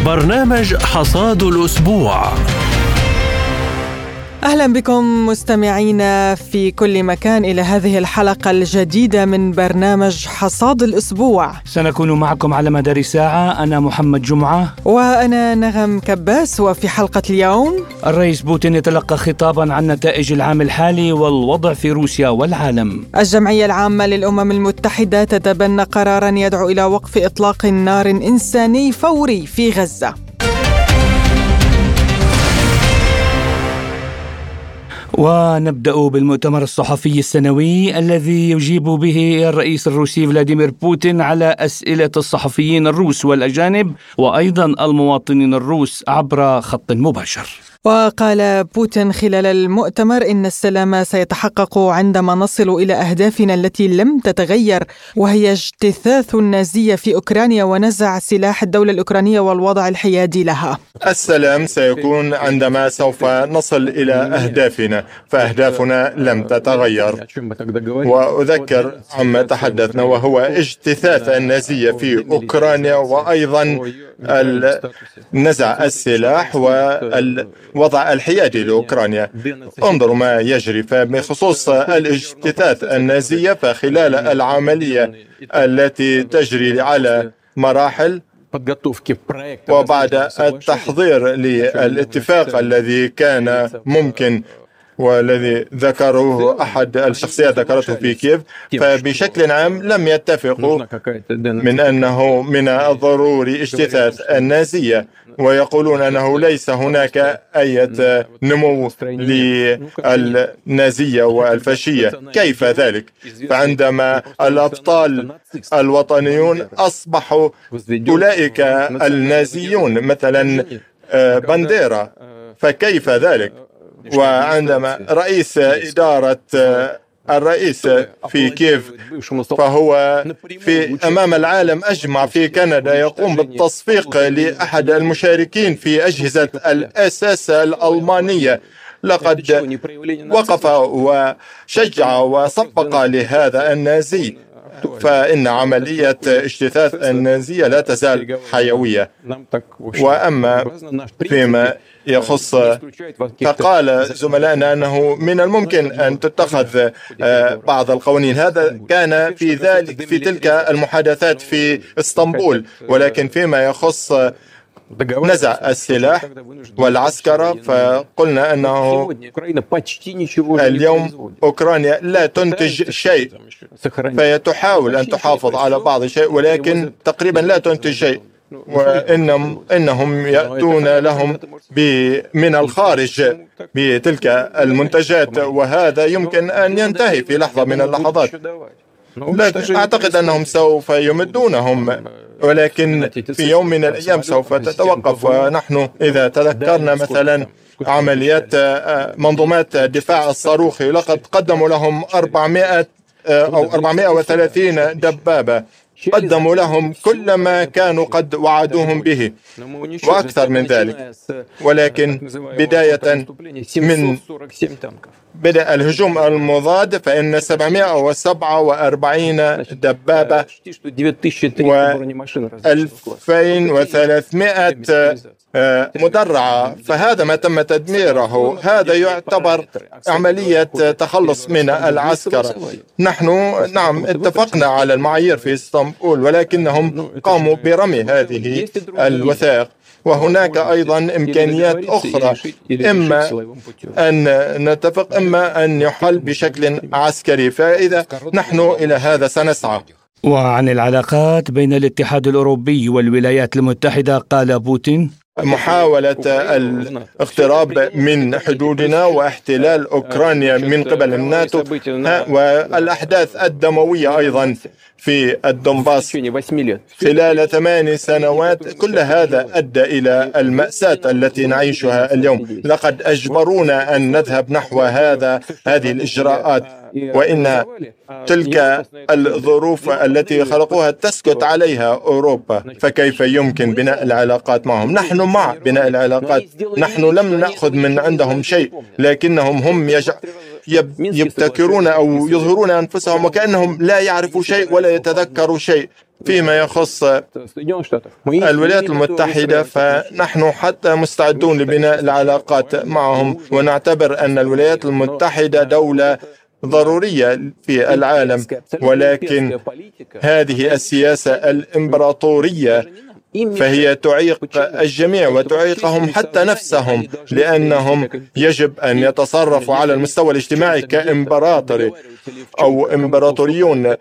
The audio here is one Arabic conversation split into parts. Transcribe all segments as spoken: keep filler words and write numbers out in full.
برنامج حصاد الأسبوع. أهلا بكم مستمعينا في كل مكان إلى هذه الحلقة الجديدة من برنامج حصاد الأسبوع. سنكون معكم على مدار ساعة. أنا محمد جمعة وأنا نغم كباس. وفي حلقة اليوم الرئيس بوتين يتلقى خطابا عن نتائج العام الحالي والوضع في روسيا والعالم. الجمعية العامة للأمم المتحدة تتبنى قرارا يدعو إلى وقف إطلاق نار إنساني فوري في غزة. ونبدأ بالمؤتمر الصحفي السنوي الذي يجيب به الرئيس الروسي فلاديمير بوتين على أسئلة الصحفيين الروس والأجانب وأيضا المواطنين الروس عبر خط مباشر. وقال بوتين خلال المؤتمر إن السلام سيتحقق عندما نصل إلى أهدافنا التي لم تتغير، وهي اجتثاث النازية في أوكرانيا ونزع سلاح الدولة الأوكرانية والوضع الحيادي لها. السلام سيكون عندما سوف نصل إلى أهدافنا، فأهدافنا لم تتغير. وأذكر عما تحدثنا وهو اجتثاث النازية في أوكرانيا وأيضا نزع السلاح والوضع الحيادي لأوكرانيا. انظروا ما يجري. فبخصوص الاجتثاث النازية فخلال العملية التي تجري على مراحل وبعد التحضير للاتفاق الذي كان ممكن والذي ذكره أحد الشخصيات ذكرته في كييف، فبشكل عام لم يتفقوا من أنه من الضروري اجتثاث النازية، ويقولون أنه ليس هناك أي نمو للنازية والفاشية. كيف ذلك؟ فعندما الأبطال الوطنيون أصبحوا أولئك النازيون مثلا بانديرا، فكيف ذلك؟ وعندما رئيس إدارة الرئيس في كييف فهو في أمام العالم أجمع في كندا يقوم بالتصفيق لأحد المشاركين في أجهزة الأساس الألمانية، لقد وقف وشجع وصفق لهذا النازي. فإن عملية اجتثاث النازية لا تزال حيوية. وأما فيما يخص فقال زملائنا أنه من الممكن أن تتخذ بعض القوانين. هذا كان في ذلك في تلك المحادثات في اسطنبول، ولكن فيما يخص نزع السلاح والعسكرة فقلنا أنه اليوم أوكرانيا لا تنتج شيء، فتحاول أن تحافظ على بعض الشيء ولكن تقريبا لا تنتج شيء، وإنهم إنهم يأتون لهم من الخارج بتلك المنتجات، وهذا يمكن أن ينتهي في لحظة من اللحظات. أعتقد أنهم سوف يمدونهم، ولكن في يوم من الأيام سوف تتوقف. ونحن إذا تذكرنا مثلا عمليات منظومات الدفاع الصاروخي، لقد قدموا لهم أربعمائة أو أربعمائة وثلاثين دبابة، قدموا لهم كل ما كانوا قد وعدوهم به وأكثر من ذلك. ولكن بداية من بدأ الهجوم المضاد فإن سبعمائة وسبعة وأربعين دبابة وألفين وثلاثمائة مدرعة، فهذا ما تم تدميره. هذا يعتبر عملية تخلص من العسكر. نحن نعم اتفقنا على المعايير في اسطنبول، ولكنهم قاموا برمي هذه الوثائق. وهناك أيضا إمكانيات أخرى، إما أن نتفق إما أن يحل بشكل عسكري، فإذا نحن إلى هذا سنسعى. وعن العلاقات بين الاتحاد الأوروبي والولايات المتحدة قال بوتين: محاولة الاقتراب من حدودنا واحتلال أوكرانيا من قبل الناتو والأحداث الدموية أيضا في الدنباس خلال ثمان سنوات، كل هذا أدى إلى المأساة التي نعيشها اليوم. لقد أجبرونا أن نذهب نحو هذا هذه الإجراءات، وإن تلك الظروف التي خلقوها تسكت عليها أوروبا، فكيف يمكن بناء العلاقات معهم؟ نحن مع بناء العلاقات، نحن لم نأخذ من عندهم شيء، لكنهم هم يجع يبتكرون أو يظهرون أنفسهم وكأنهم لا يعرفوا شيء ولا يتذكروا شيء. فيما يخص الولايات المتحدة فنحن حتى مستعدون لبناء العلاقات معهم، ونعتبر أن الولايات المتحدة دولة ضرورية في العالم، ولكن هذه السياسة الإمبراطورية فهي تعيق الجميع وتعيقهم حتى نفسهم، لأنهم يجب أن يتصرفوا على المستوى الاجتماعي كإمبراطوري أو إمبراطوريون،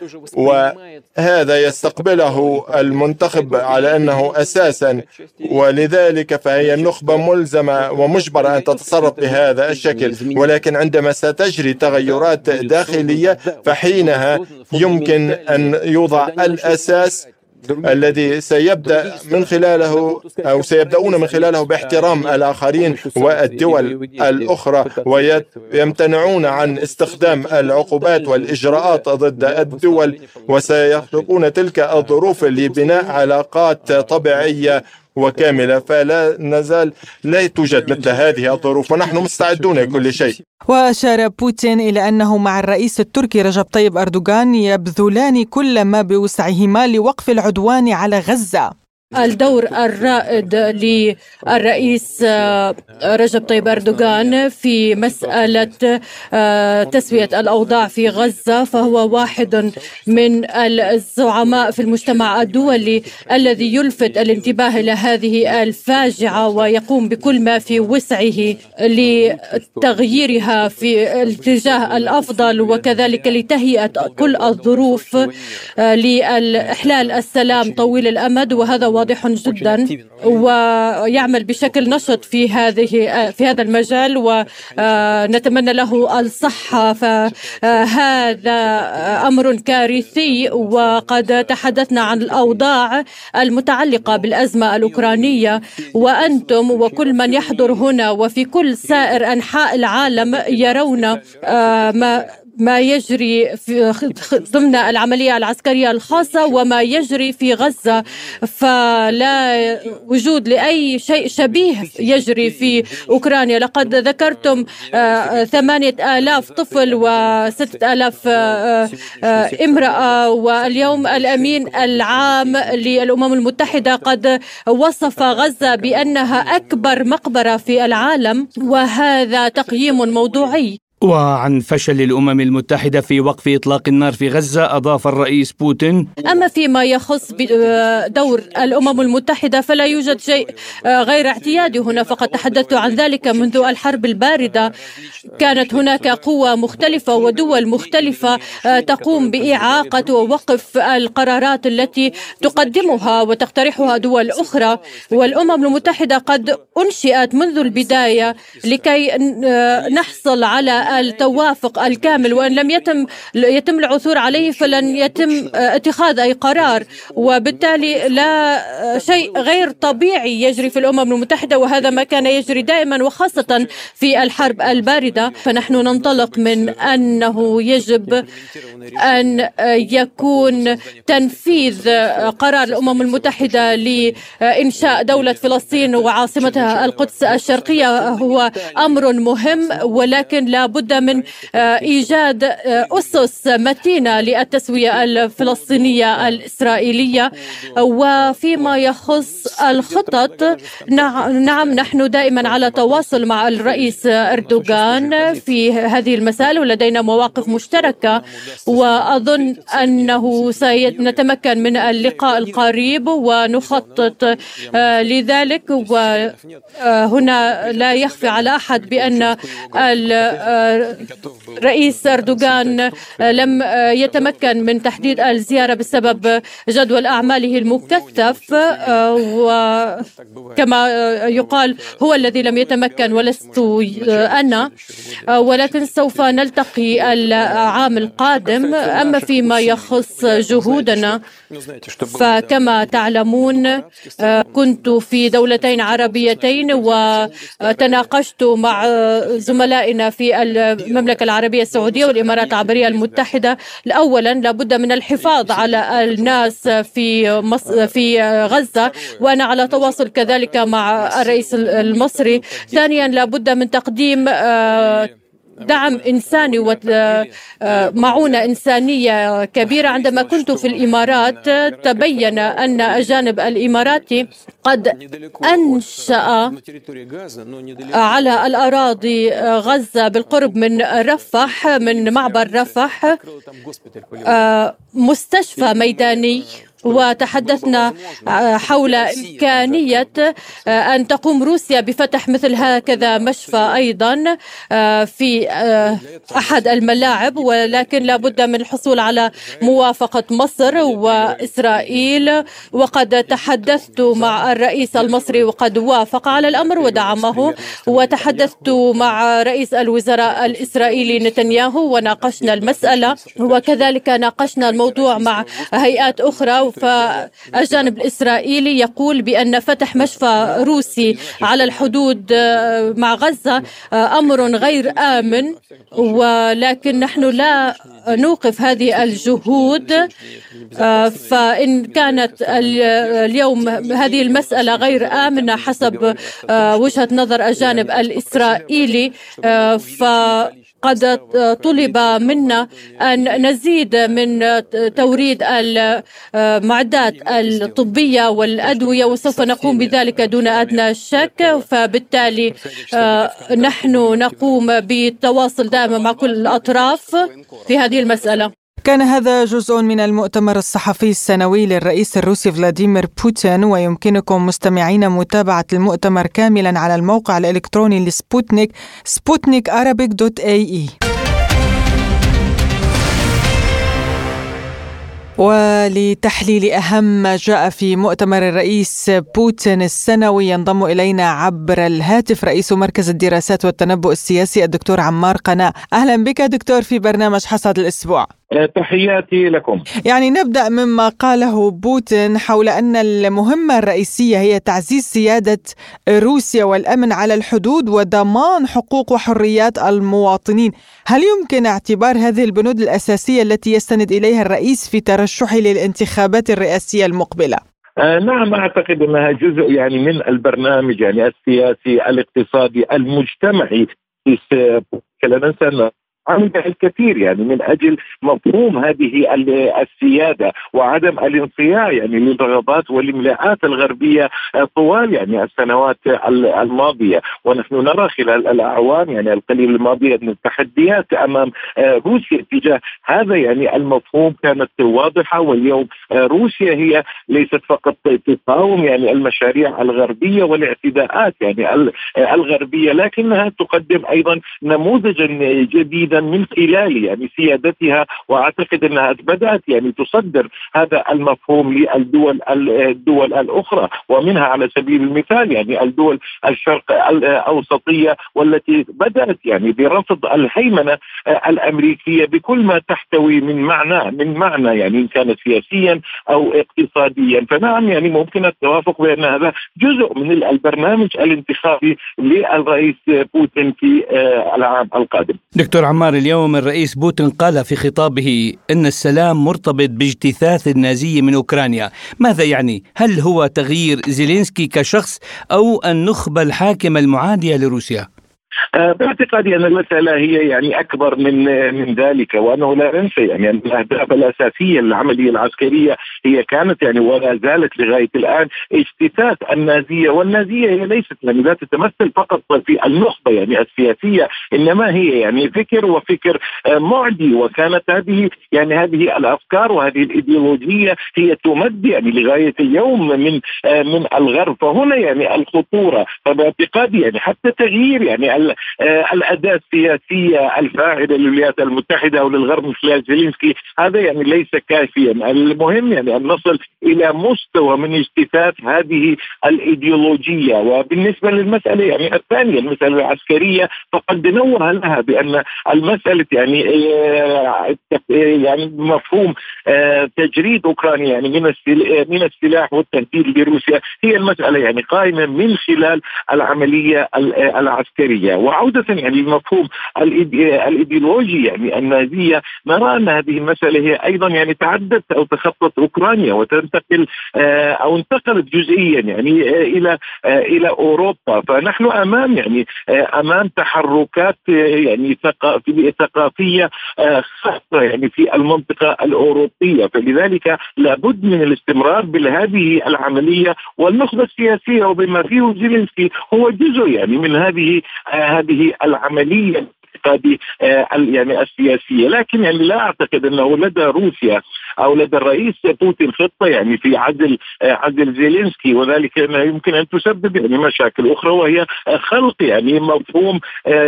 وهذا يستقبله المنتخب على أنه أساسا، ولذلك فهي النخبة ملزمة ومجبرة أن تتصرف بهذا الشكل. ولكن عندما ستجري تغيرات داخلية فحينها يمكن أن يوضع الأساس الذي سيبدأ من خلاله أو سيبدأون من خلاله باحترام الآخرين والدول الأخرى، ويمتنعون عن استخدام العقوبات والإجراءات ضد الدول، وسيخلقون تلك الظروف لبناء علاقات طبيعية وكاملة. فلا نزال لا توجد مثل هذه الظروف ونحن مستعدون لكل شيء. وأشار بوتين إلى أنه مع الرئيس التركي رجب طيب أردوغان يبذلان كل ما بوسعهما لوقف العدوان على غزة. الدور الرائد للرئيس رجب طيب أردوغان في مسألة تسوية الأوضاع في غزة، فهو واحد من الزعماء في المجتمع الدولي الذي يلفت الانتباه إلى هذه الفاجعة ويقوم بكل ما في وسعه لتغييرها في الاتجاه الأفضل، وكذلك لتهيئة كل الظروف لإحلال السلام طويل الأمد، وهذا واضح جدا، ويعمل بشكل نشط في هذه في هذا المجال، ونتمنى له الصحة. فهذا أمر كارثي، وقد تحدثنا عن الأوضاع المتعلقة بالأزمة الأوكرانية، وأنتم وكل من يحضر هنا وفي كل سائر أنحاء العالم يرون ما ما يجري في ضمن العملية العسكرية الخاصة وما يجري في غزة، فلا وجود لأي شيء شبيه يجري في أوكرانيا. لقد ذكرتم ثمانية آلاف طفل وستة آلاف امرأة، واليوم الأمين العام للأمم المتحدة قد وصف غزة بأنها أكبر مقبرة في العالم، وهذا تقييم موضوعي. وعن فشل الأمم المتحدة في وقف إطلاق النار في غزة أضاف الرئيس بوتين: أما فيما يخص دور الأمم المتحدة فلا يوجد شيء غير اعتيادي هنا، فقد تحدثت عن ذلك منذ الحرب الباردة. كانت هناك قوى مختلفة ودول مختلفة تقوم بإعاقة ووقف القرارات التي تقدمها وتقترحها دول أخرى، والأمم المتحدة قد أنشئت منذ البداية لكي نحصل على التوافق الكامل، وإن لم يتم يتم العثور عليه فلن يتم اتخاذ أي قرار، وبالتالي لا شيء غير طبيعي يجري في الأمم المتحدة، وهذا ما كان يجري دائما وخاصة في الحرب الباردة. فنحن ننطلق من أنه يجب أن يكون تنفيذ قرار الأمم المتحدة لإنشاء دولة فلسطين وعاصمتها القدس الشرقية هو أمر مهم، ولكن لا بد من إيجاد أسس متينة للتسوية الفلسطينية الإسرائيلية. وفيما يخص الخطط، نعم نحن دائما على تواصل مع الرئيس أردوغان في هذه المسائل، ولدينا مواقف مشتركة، وأظن أنه سنتمكن من اللقاء القريب ونخطط لذلك. وهنا لا يخفى على أحد بأن الرئيس أردوغان لم يتمكن من تحديد الزيارة بسبب جدول أعماله المكثف، وكما يقال هو الذي لم يتمكن ولست أنا، ولكن سوف نلتقي العام القادم. أما فيما يخص جهودنا فكما تعلمون كنت في دولتين عربيتين وتناقشت مع زملائنا في المملكة العربية السعودية والإمارات العربية المتحدة. أولا لابد من الحفاظ على الناس في مصر في غزة، وأنا على تواصل كذلك مع الرئيس المصري. ثانيا لابد من تقديم دعم إنساني ومعونة إنسانية كبيرة. عندما كنت في الإمارات تبين أن الجانب الإماراتي قد أنشأ على الأراضي غزة بالقرب من رفح، من معبر رفح، مستشفى ميداني، وتحدثنا حول إمكانية أن تقوم روسيا بفتح مثل هكذا مشفى أيضا في أحد الملاعب، ولكن لا بد من الحصول على موافقة مصر وإسرائيل. وقد تحدثت مع الرئيس المصري وقد وافق على الأمر ودعمه، وتحدثت مع رئيس الوزراء الإسرائيلي نتنياهو وناقشنا المسألة، وكذلك ناقشنا الموضوع مع هيئات أخرى. فالجانب الإسرائيلي يقول بأن فتح مشفى روسي على الحدود مع غزة أمر غير آمن، ولكن نحن لا نوقف هذه الجهود. فإن كانت اليوم هذه المسألة غير آمنة حسب وجهة نظر الجانب الإسرائيلي، ف قد طلب منا أن نزيد من توريد المعدات الطبية والأدوية، وسوف نقوم بذلك دون أدنى شك. فبالتالي نحن نقوم بالتواصل دائما مع كل الأطراف في هذه المسألة. كان هذا جزء من المؤتمر الصحفي السنوي للرئيس الروسي فلاديمير بوتين، ويمكنكم مستمعين متابعة المؤتمر كاملا على الموقع الإلكتروني لسبوتنيك سبوتنيك أرابيك دوت إيه إي. ولتحليل أهم ما جاء في مؤتمر الرئيس بوتين السنوي ينضم إلينا عبر الهاتف رئيس مركز الدراسات والتنبؤ السياسي الدكتور عمار قناع. أهلا بك دكتور في برنامج حصاد الأسبوع. تحياتي لكم. يعني نبدأ مما قاله بوتين حول أن المهمة الرئيسية هي تعزيز سيادة روسيا والأمن على الحدود وضمان حقوق وحريات المواطنين. هل يمكن اعتبار هذه البنود الأساسية التي يستند إليها الرئيس في ترشحه للانتخابات الرئاسية المقبلة؟ آه نعم، أعتقد أنها جزء يعني من البرنامج يعني السياسي الاقتصادي المجتمعي. لا ننسى عمل الكثير يعني من أجل مفهوم هذه السيادة وعدم الانصياع يعني للرغبات والاملاءات الغربية طوال يعني السنوات الماضية. ونحن نرى خلال الأعوام يعني القليل الماضية من التحديات أمام روسيا تجاه هذا يعني المفهوم كانت واضحة. واليوم روسيا هي ليست فقط تقاوم يعني المشاريع الغربية والاعتداءات يعني الغربية، لكنها تقدم أيضا نموذجا جديدا من خلال يعني سيادتها. واعتقد انها بدات يعني تصدر هذا المفهوم للدول الدول الاخرى، ومنها على سبيل المثال يعني الدول الشرق الاوسطيه، والتي بدات يعني برفض الهيمنه الامريكيه بكل ما تحتوي من معنى من معنى يعني ان كانت سياسيا او اقتصاديا. فنعم يعني ممكن التوافق بان هذا جزء من البرنامج الانتخابي للرئيس بوتين في العام القادم. دكتور عمار، اليوم الرئيس بوتين قال في خطابه أن السلام مرتبط باجتثاث النازية من أوكرانيا. ماذا يعني؟ هل هو تغيير زيلينسكي كشخص أو النخبة الحاكمة المعادية لروسيا؟ باعتقادي أن المسألة هي يعني أكبر من من ذلك، وأنه لا ننسى يعني أن الأهداف الأساسية للعملية العسكرية هي كانت يعني ولا زالت لغاية الآن اجتثاث النازية. والنازية هي ليست يعني لا تتمثل فقط في النخبة يعني السياسية، إنما هي يعني فكر وفكر معدي. وكانت هذه يعني هذه الأفكار وهذه الإيديولوجية هي تمد يعني لغاية اليوم من من الغرب. فهنا يعني الخطورة. فباعتقادي يعني حتى تغيير يعني الأداة السياسية الفاعلة للولايات المتحدة أو للغرب من خلال زيلينسكي هذا يعني ليس كافيا. المهم يعني أن نصل إلى مستوى من اجتثاث هذه الإيديولوجية. وبالنسبة للمسألة يعني الثانية المسألة العسكرية فقد نوه لها بأن المسألة يعني يعني مفهوم تجريد أوكرانيا يعني من من السلاح والتهديد لروسيا هي المسألة يعني قائمة من خلال العملية العسكرية. وعودة يعني للمفهوم الإيديولوجي يعني النازية، نرى أن هذه المسألة هي أيضا يعني تعدت أو تخطت اوكرانيا وتنتقل او انتقلت جزئيا يعني الى الى اوروبا. فنحن امام يعني امام تحركات يعني ثقافيه خاصه يعني في المنطقه الاوروبيه، فلذلك لابد من الاستمرار بهذه العمليه والنخبه السياسيه وبما فيه زيلينسكي هو جزء يعني من هذه هذه العمليه هذه يعني السياسيه. لكن يعني لا اعتقد انه لدى روسيا او لدى الرئيس بوتين خطه يعني في عزل عزل زيلينسكي، وذلك يمكن ان تسبب يعني مشاكل اخرى وهي خلق يعني مفهوم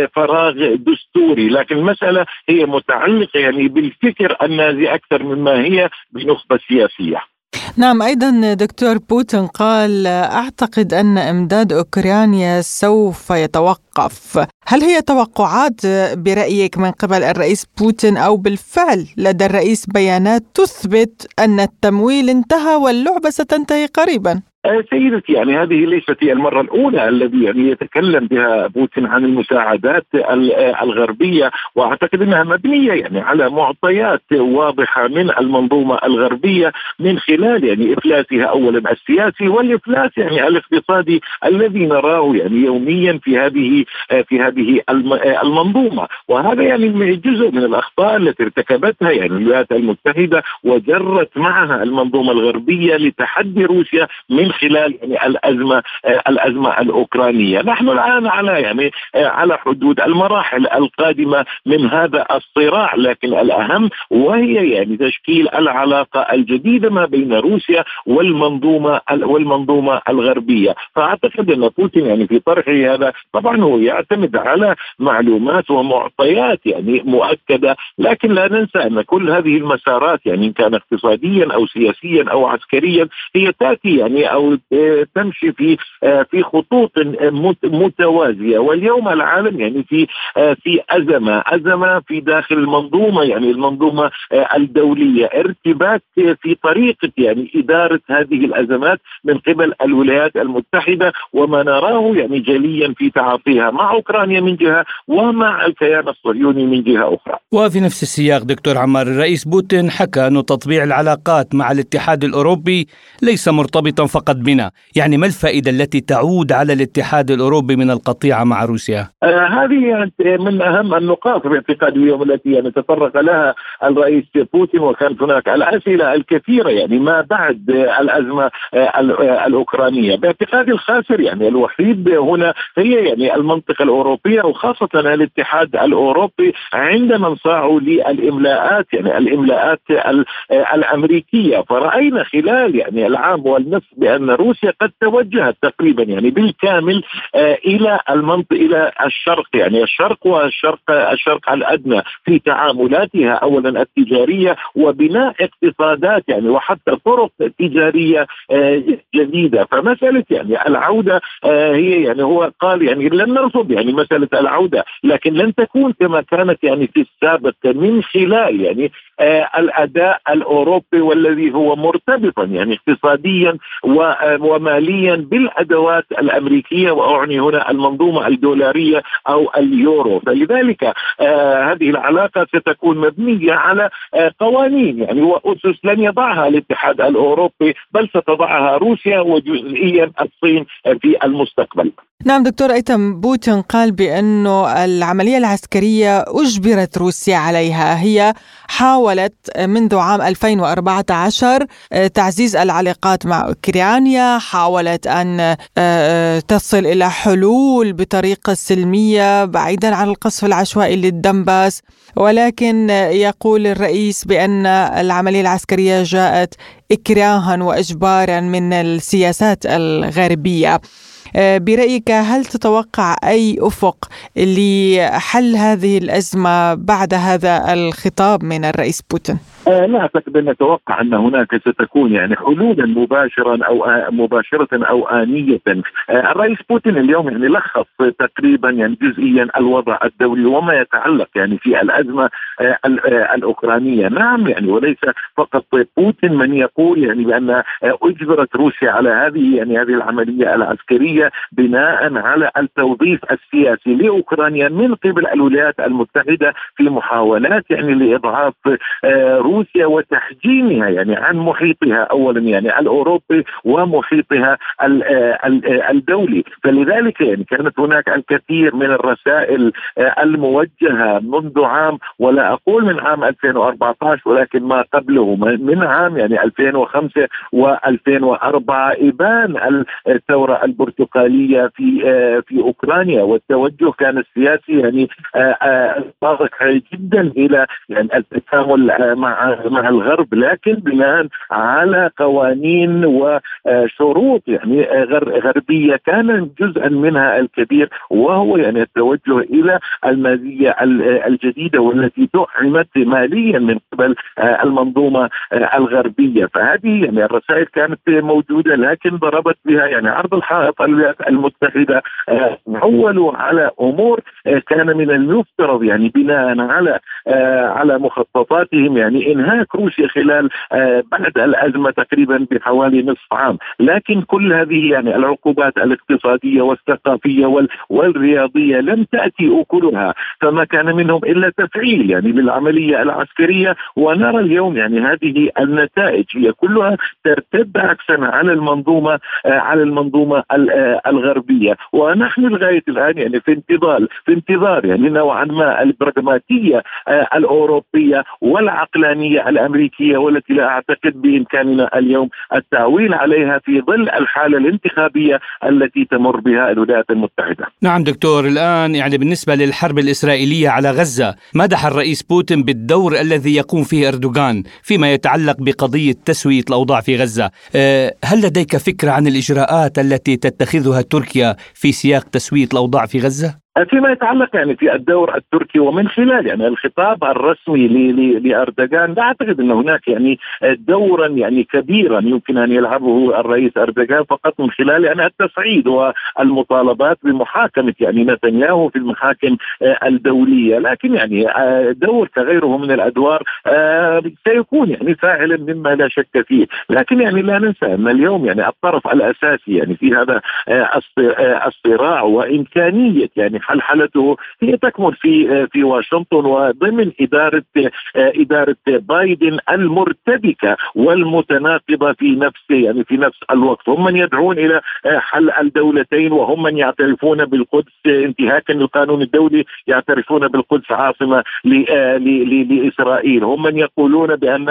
فراغ دستوري. لكن المساله هي متعلقه يعني بالفكر النازي اكثر مما هي بنخبه سياسيه. نعم، أيضا دكتور بوتين قال أعتقد أن إمداد أوكرانيا سوف يتوقف. هل هي توقعات برأيك من قبل الرئيس بوتين أو بالفعل لدى الرئيس بيانات تثبت أن التمويل انتهى واللعبة ستنتهي قريبا؟ سيدتي يعني هذه ليست هي المرة الأولى الذي يعني يتكلم بها بوتين عن المساعدات الغربية، وأعتقد أنها مبنية يعني على معطيات واضحة من المنظومة الغربية من خلال يعني إفلاسها أولا السياسي والإفلاس يعني الاقتصادي الذي نراه يعني يوميا في هذه في هذه المنظومة. وهذا يعني جزء من الأخطاء التي ارتكبتها يعني الولايات المتحدة وجرت معها المنظومة الغربية لتحدي روسيا من خلال يعني الأزمة الأزمة الأوكرانية. نحن الآن على يعني على حدود المراحل القادمة من هذا الصراع، لكن الأهم وهي يعني تشكيل العلاقة الجديدة ما بين روسيا والمنظومة والمنظومة الغربية. فأعتقد أن بوتين يعني في طرحه هذا طبعا هو يعتمد على معلومات ومعطيات يعني مؤكدة، لكن لا ننسى أن كل هذه المسارات يعني إن كان اقتصاديا أو سياسيا أو عسكريا هي تأتي يعني أو تمشي في في خطوط متوازية. واليوم العالم يعني في في أزمة أزمة في داخل المنظومة يعني المنظومة الدولية، ارتباك في طريقة يعني إدارة هذه الأزمات من قبل الولايات المتحدة، وما نراه يعني جليا في تعاطيها مع أوكرانيا من جهة ومع الكيان الصهيوني من جهة أخرى. وفي نفس السياق دكتور عمار، الرئيس بوتين حكى أن تطبيع العلاقات مع الاتحاد الأوروبي ليس مرتبطا فقط بنا، يعني ما الفائدة التي تعود على الاتحاد الأوروبي من القطيعة مع روسيا؟ آه هذه من أهم النقاط باعتقادي اليوم التي يعني تطرق لها الرئيس بوتين، وكانت هناك الأسئلة الكثيرة يعني ما بعد الأزمة الأوكرانية. باعتقادي الخاسر يعني الوحيد هنا هي يعني المنطقة الأوروبية وخاصة الاتحاد الأوروبي عندما انصاعوا للإملاءات يعني الإملاءات الأمريكية. فرأينا خلال يعني العام والنصف بأن روسيا قد توجهت تقريبا يعني بالكامل إلى المنطقة إلى الشرق يعني الشرق والشرق الشرق الأدنى في تعاملاتها أولا التجارية وبناء اقتصادات يعني وحتى طرق تجارية جديدة. فمسألة يعني العودة هي يعني هو قال يعني لن نرفض يعني مسألة العودة، لكن لن تكون كما كانت يعني في السابق من خلال يعني الأداء الأوروبي والذي هو مرتبطا يعني اقتصاديا وماليا بالأدوات الأمريكية، وأعني هنا المنظومة الدولارية أو اليورو. فلذلك آه هذه العلاقة ستكون مبنية على آه قوانين يعني وأسس لن يضعها الاتحاد الأوروبي بل ستضعها روسيا وجزئيا الصين في المستقبل. نعم دكتور أيتم، بوتين قال بأنه العملية العسكرية أجبرت روسيا عليها. هي حاولت منذ عام ألفين وأربعة عشر تعزيز العلاقات مع أوكرانيا، حاولت أن تصل إلى حلول بطريقة سلمية بعيدا عن القصف العشوائي للدنباس، ولكن يقول الرئيس بأن العملية العسكرية جاءت إكراها وإجبارا من السياسات الغربية. برأيك هل تتوقع أي أفق لحل هذه الأزمة بعد هذا الخطاب من الرئيس بوتين؟ لا أعتقد أن نتوقع أن هناك ستكون يعني حلولا مباشرا أو مباشرة أو آنية. الرئيس بوتين اليوم يعني لخص تقريبا يعني جزئيا الوضع الدولي وما يتعلق يعني في الأزمة الأوكرانية. نعم يعني وليس فقط بوتين من يقول يعني بأن أجبرت روسيا على هذه يعني هذه العملية العسكرية بناء على التوظيف السياسي لأوكرانيا من قبل الولايات المتحدة في محاولات يعني لإضعاف روسيا وتحجيمها يعني عن محيطها أولا يعني الأوروبي ومحيطها الدولي. فلذلك يعني كانت هناك الكثير من الرسائل الموجهة منذ عام، ولا أقول من عام ألفين وأربعة عشر ولكن ما قبله من عام يعني ألفين وخمسة وألفين وأربعة، إبان الثورة البرتقالية في في أوكرانيا، والتوجه كان السياسي يعني واضح جدا إلى يعني التكامل مع مع الغرب، لكن بناء على قوانين وشروط يعني غربية كان جزءا منها الكبير وهو يعني التوجه إلى المالية الجديدة والتي دعمت ماليا من قبل المنظومة الغربية. فهذه يعني الرسائل كانت موجودة، لكن ضربت بها يعني عرض الحائط الولايات المتحدة، عولوا على أمور كان من المفترض يعني بناء على على مخططاتهم يعني إنهاك روسيا خلال بعد الأزمة تقريبا بحوالي نصف عام. لكن كل هذه يعني العقوبات الاقتصادية والثقافية والرياضية لم تأتي أكلها، فما كان منهم إلا تفعيل يعني للعملية العسكرية. ونرى اليوم يعني هذه النتائج هي كلها ترتد عكسا على المنظومة على المنظومة الغربية. ونحن لغاية الآن يعني في انتظار في انتظار يعني نوعا ما البراغماتية الأوروبية والعقلانية الأمريكية، والتي لا أعتقد بإمكاننا اليوم التعويل عليها في ظل الحالة الانتخابية التي تمر بها الولايات المتحدة. نعم دكتور، الآن يعني بالنسبة للحرب الإسرائيلية على غزة، مدح الرئيس بوتين بالدور الذي يقوم فيه أردوغان فيما يتعلق بقضية تسوية الأوضاع في غزة. هل لديك فكرة عن الإجراءات التي تتخذها تركيا في سياق تسوية الأوضاع في غزة؟ فيما يتعلق يعني في الدور التركي ومن خلال يعني الخطاب الرسمي لأردوغان، لا أعتقد أن هناك يعني دورا يعني كبيرا يمكن أن يلعبه الرئيس أردوغان فقط من خلال يعني التصعيد والمطالبات بمحاكمة يعني نتنياهو في المحاكم الدولية. لكن يعني دور كغيره من الأدوار سيكون يعني فاعلا مما لا شك فيه. لكن يعني لا ننسى أن اليوم يعني الطرف الأساسي يعني في هذا الصراع وإمكانية يعني حلحلته هي تكمن في في واشنطن وضمن إدارة إدارة بايدن المرتبكة والمتناقضة في نفس يعني في نفس الوقت. هم من يدعون إلى حل الدولتين، وهم من يعترفون بالقدس انتهاكا للقانون الدولي، يعترفون بالقدس عاصمة لإسرائيل. هم من يقولون بأن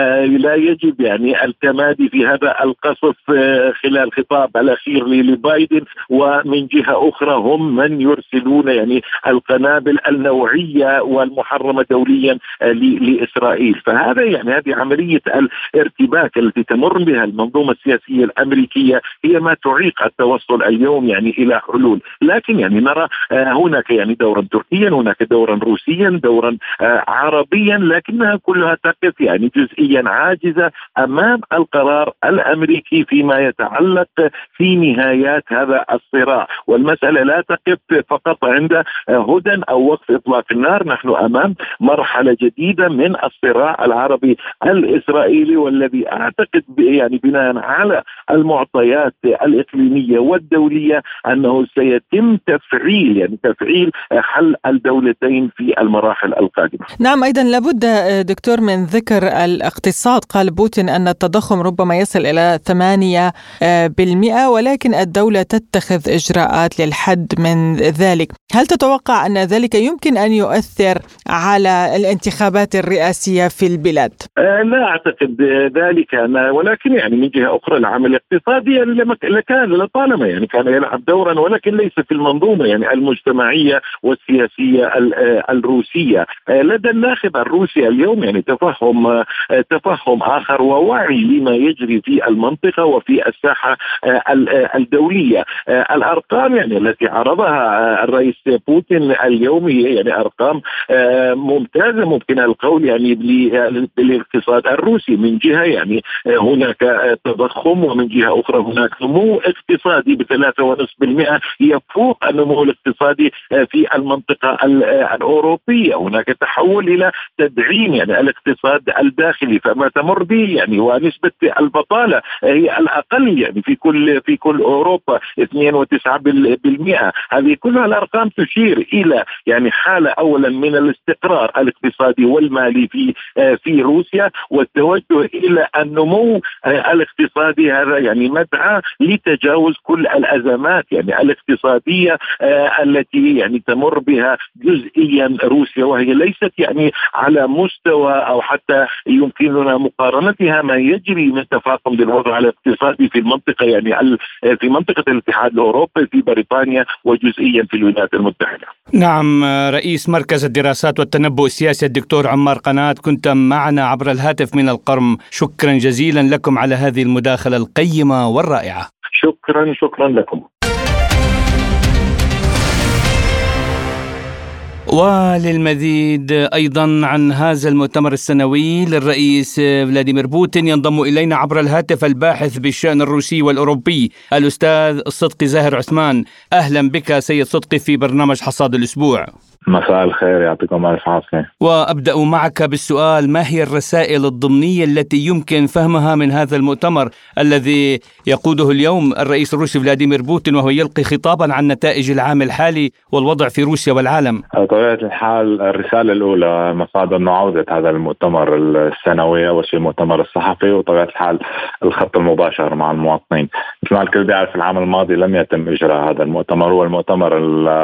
لا يجب يعني التمادي في هذا القصف خلال خطاب الأخير لبايدن، ومن جهة أخرى هم من يرسل يعني القنابل النوعية والمحرمة دوليا لإسرائيل. فهذا يعني هذه عملية الارتباك التي تمر بها المنظومة السياسية الأمريكية هي ما تعيق التوصل اليوم يعني إلى حلول. لكن يعني نرى هناك يعني دورا تركيا، هناك دورا روسيا، دورا عربيا، لكنها كلها تقف يعني جزئيا عاجزة أمام القرار الأمريكي فيما يتعلق في نهايات هذا الصراع. والمسألة لا تقف فقط عند هدى أو وقف إطلاق النار. نحن أمام مرحلة جديدة من الصراع العربي الإسرائيلي، والذي أعتقد يعني بناء على المعطيات الإقليمية والدولية أنه سيتم تفعيل يعني تفعيل حل الدولتين في المراحل القادمة. نعم، أيضا لابد دكتور من ذكر الاقتصاد. قال بوتين أن التضخم ربما يصل إلى ثمانية بالمئة، ولكن الدولة تتخذ إجراءات للحد من ذلك. هل تتوقع أن ذلك يمكن أن يؤثر على الانتخابات الرئاسية في البلاد؟ أه لا أعتقد ذلك أنا، ولكن يعني من جهة أخرى العمل الاقتصادي كان لطالما يعني كان يلعب دورا، ولكن ليس في المنظومة يعني المجتمعية والسياسية الروسية. لدى الناخب الروسي اليوم يعني تفهم تفهم آخر ووعي لما يجري في المنطقة وفي الساحة الدولية. الأرقام يعني التي عرضها الرئيس بوتين اليوم هي يعني أرقام ممتازة ممكن القول يعني للاقتصاد الروسي. من جهة يعني هناك تضخم، ومن جهة أخرى هناك نمو اقتصادي بثلاثة ونصف بالمئة يفوق النمو الاقتصادي في المنطقة الأوروبية. هناك تحول إلى تدعيم يعني الاقتصاد الداخلي فما تمر به يعني، ونسبة البطالة هي الأقل يعني في كل في كل أوروبا اثنين وتسعة بالمئة. هذه كلها لا الأرقام تشير إلى يعني حالة أولا من الاستقرار الاقتصادي والمالي في في روسيا، والتوجه إلى النمو الاقتصادي. هذا يعني مدعاة لتجاوز كل الأزمات يعني الاقتصادية التي يعني تمر بها جزئيا روسيا، وهي ليست يعني على مستوى أو حتى يمكننا مقارنتها ما يجري من تفاقم للوضع الاقتصادي في المنطقة، يعني في منطقة الاتحاد الأوروبي، في بريطانيا، وجزئيا في الولايات المتحدة. نعم، رئيس مركز الدراسات والتنبؤ السياسي الدكتور عمار قناة، كنت معنا عبر الهاتف من القرم. شكرا جزيلا لكم على هذه المداخلة القيمة والرائعة. شكرا شكرا لكم. وللمزيد أيضا عن هذا المؤتمر السنوي للرئيس فلاديمير بوتين ينضم إلينا عبر الهاتف الباحث بالشأن الروسي والأوروبي الأستاذ صدقي زاهر عثمان. أهلا بك سيد صدقي في برنامج حصاد الأسبوع. مساء الخير، يعطيكم ألف عافية. وأبدأ معك بالسؤال: ما هي الرسائل الضمنية التي يمكن فهمها من هذا المؤتمر الذي يقوده اليوم الرئيس الروسي فلاديمير بوتين وهو يلقي خطابا عن نتائج العام الحالي والوضع في روسيا والعالم؟ بطبيعة الحال الرسالة الأولى مفاد أنه عودة هذا المؤتمر السنوي أول شيء المؤتمر الصحفي، وطبيعة الحال الخط المباشر مع المواطنين. مثل ما الكل بيعرف العام الماضي لم يتم إجراء هذا المؤتمر، هو المؤتمر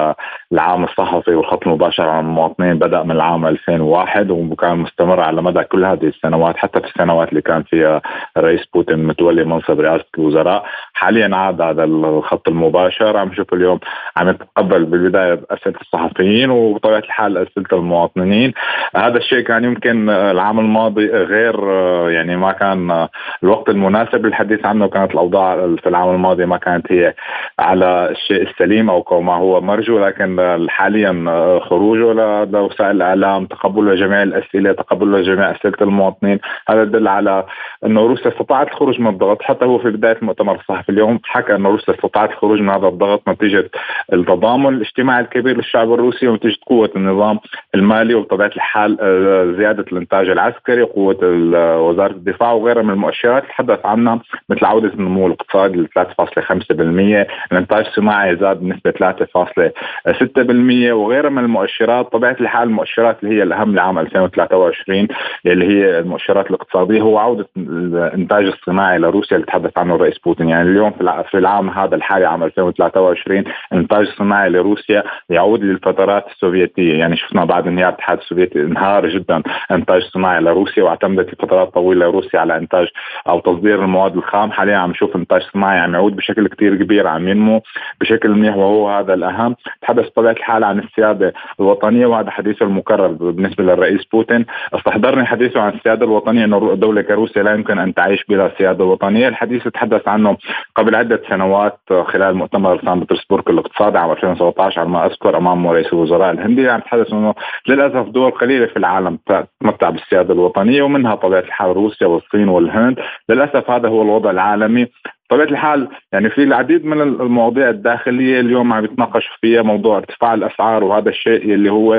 العام الصحفي والخط المباشر مع المواطنين بدأ من العام ألفين وواحد وكان مستمر على مدى كل هذه السنوات، حتى في السنوات اللي كان فيها الرئيس بوتين متولي منصب رئاسة الوزراء. حاليا عاد هذا الخط المباشر، عم نشوف اليوم عم يتقبل بالبداية أسئلة الصحفيين وبطبيعة الحال أسئلة المواطنين. هذا الشيء كان يمكن العام الماضي غير، يعني ما كان الوقت المناسب للحديث عنه، كانت الأوضاع في العام الماضي ما كانت هي على الشيء السليم أو ما هو مرجو، لكن حاليا خروجه لوسائل الإعلام، تقبله لجميع الأسئلة، تقبله لجميع أسئلة المواطنين، هذا يدل على أنه روسيا استطاعت الخروج من الضغط. حتى هو في بداية المؤتمر الصحفي اليوم حكى أن روسيا استطاعت الخروج من هذا الضغط نتيجة التضامن الاجتماعي الكبير للشعب الروسي ونتيجة قوة النظام المالي وبطبيعة الحال زيادة الإنتاج العسكري، قوة وزارة الدفاع وغيرها من المؤشرات تحدث عنها، مثل عودة النمو الاقتصادي ل ثلاثة فاصلة خمسة بالمئة، الإنتاج الصناعي زاد بنسبة ثلاثة فاصلة ستة بالمئة وغيرها من المؤشرات. طبيعة الحال المؤشرات اللي هي الأهم لعام ألفين وثلاثة وعشرين اللي هي المؤشرات الاقتصادية هو عودة الإنتاج الصناعي لروسيا اللي تحدث عنه الرئيس بوتين. يعني اليوم في العام هذا الحالي عام ألفين وثلاثة وعشرين الإنتاج الصناعي لروسيا يعود للفترات السوفيتية، يعني شفنا بعد انهيار الاتحاد السوفيتي انهار جدا إنتاج الصناعي لروسيا واعتمدت لفترات طويلة روسيا على إنتاج أو تصدير المواد الخام. حاليا عم نشوف إنتاج صناعي عم يعود بشكل كتير كبير، عم ينمو بشكل منيح وهو هذا الأهم. تحدث طبيعة الحال عن السيادة الوطنية وهذا حديثه المكرر بالنسبة للرئيس بوتين. استحضرني حديثه عن السيادة الوطنية أنه دولة كروسيا لا يمكن أن تعيش بلا سيادة وطنية. الحديث تحدث عنه قبل عدة سنوات خلال مؤتمر سان بطرسبورغ الاقتصادي عام ألفين وسبعة عشر على ما أذكر أمام رئيس الوزراء الهندي. عم تحدث أنه للأسف دول قليلة في العالم تتمتع بالسيادة الوطنية ومنها طبيعة الحال روسيا والصين والهند. للأسف هذا هو الوضع العالمي. طبيعة الحال يعني في العديد من المواضيع الداخلية اليوم عم يتناقش فيها موضوع ارتفاع الأسعار، وهذا الشيء اللي هو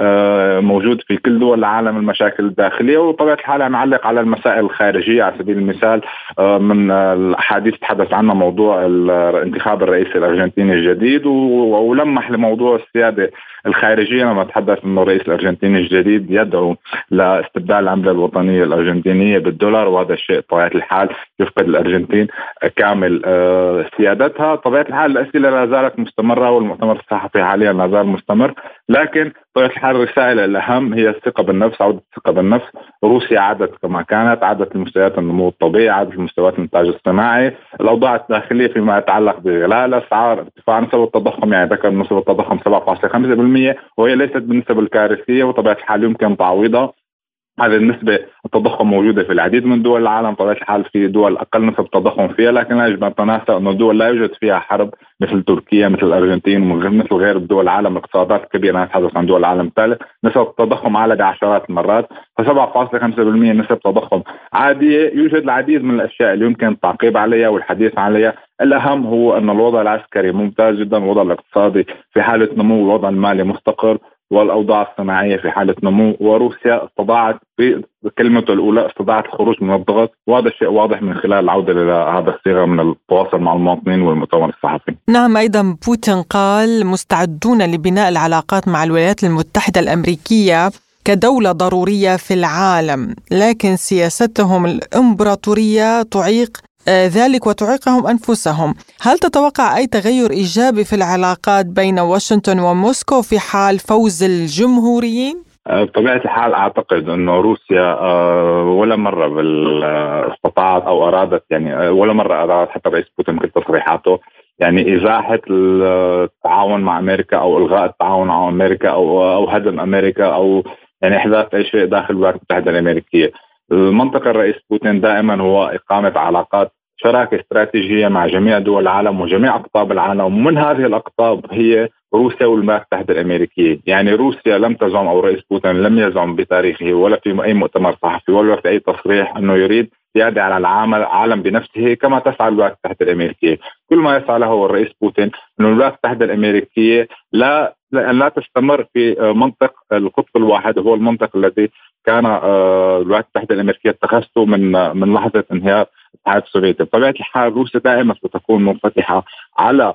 موجود في كل دول العالم، المشاكل الداخلية. وطبيعة الحال عم يعلق على المسائل الخارجية. على سبيل المثال من الأحاديث تحدث عنها موضوع انتخاب الرئيس الأرجنتيني الجديد ولمح لموضوع السيادة الخارجية لما تحدث أنه الرئيس الأرجنتيني الجديد يدعو لاستبدال العملة الوطنية الأرجنتينية بالدولار، وهذا الشيء طبيعة الحال يفقد الأرجنتين كامل سيادتها. طبيعة الحال الأسئلة لا زالت مستمرة والمؤتمر الصحفي حاليا لا زال مستمر، لكن طبيعة الحال الرسالة الأهم هي الثقة بالنفس، عودة الثقة بالنفس. روسيا عادت كما كانت، عادت لمستويات النمو الطبيعي، عادت لمستويات الإنتاج الصناعي. الأوضاع الداخلية فيما يتعلق بغلاء الأسعار، ارتفاع نسب التضخم، يعني ذكر نسب التضخم سبعة فاصلة خمسة بالمئة وهي ليست بالنسب الكارثية وطبيعة الحال يمكن تعويضها. هذه النسبة التضخم موجودة في العديد من دول العالم، طبيعة الحال في دول أقل نسبة تضخم فيها، لكن لا يجب أن نتناسى أن الدول لا يوجد فيها حرب مثل تركيا مثل الأرجنتين ومثل غير دول العالم الاقتصادات الكبيرة. نتحدث عن دول العالم الثالث نسبة التضخم أعلى بعشرات المرات، فسبعة فاصلة خمسة بالمئة نسبة تضخم عادية. يوجد العديد من الأشياء اللي يمكن التعقيب عليها والحديث عليها. الأهم هو أن الوضع العسكري ممتاز جدا، الوضع الاقتصادي في حالة نمو، الوضع المالي مستقر، والأوضاع الصناعية في حالة نمو، وروسيا استطاعت بكلمته الأولى استطاعت الخروج من الضغط، وهذا الشيء واضح من خلال العودة لهذا الصيغة من التواصل مع المواطنين والمؤتمر الصحفي. نعم، أيضا بوتين قال مستعدون لبناء العلاقات مع الولايات المتحدة الأمريكية كدولة ضرورية في العالم، لكن سياستهم الإمبراطورية تعيق ذلك وتعيقهم أنفسهم. هل تتوقع أي تغير إيجابي في العلاقات بين واشنطن وموسكو في حال فوز الجمهوريين؟ بطبيعة الحال أعتقد أنه روسيا ولا مرة استطاعت أو أرادت، يعني ولا مرة أرادت حتى رئيس بوتين كل تصريحاته يعني إزاحة التعاون مع أمريكا أو إلغاء التعاون مع أمريكا أو أو هدم أمريكا أو يعني إحداث أي شيء داخل الولايات المتحدة الأمريكية. المنطق الرئيس بوتين دائما هو إقامة علاقات شراكة استراتيجية مع جميع دول العالم وجميع أقطاب العالم، ومن هذه الأقطاب هي روسيا والولايات المتحدة الأمريكية. يعني روسيا لم تزعم أو رئيس بوتين لم يزعم بتاريخه ولا في أي مؤتمر صحفي ولا في أي تصريح أنه يريد سيادة على العالم العالم بنفسه كما تسعى الولايات المتحدة الأمريكية. كل ما يسعى له الرئيس بوتين أن الولايات المتحدة الأمريكية لا لا تستمر في منطق القطب الواحد، هو المنطق الذي كان الولايات المتحدة الأمريكية اتخذته من من لحظة انهيار الاتحاد السوفيتي. بطبيعة الحال روسيا دائما ستكون منفتحة على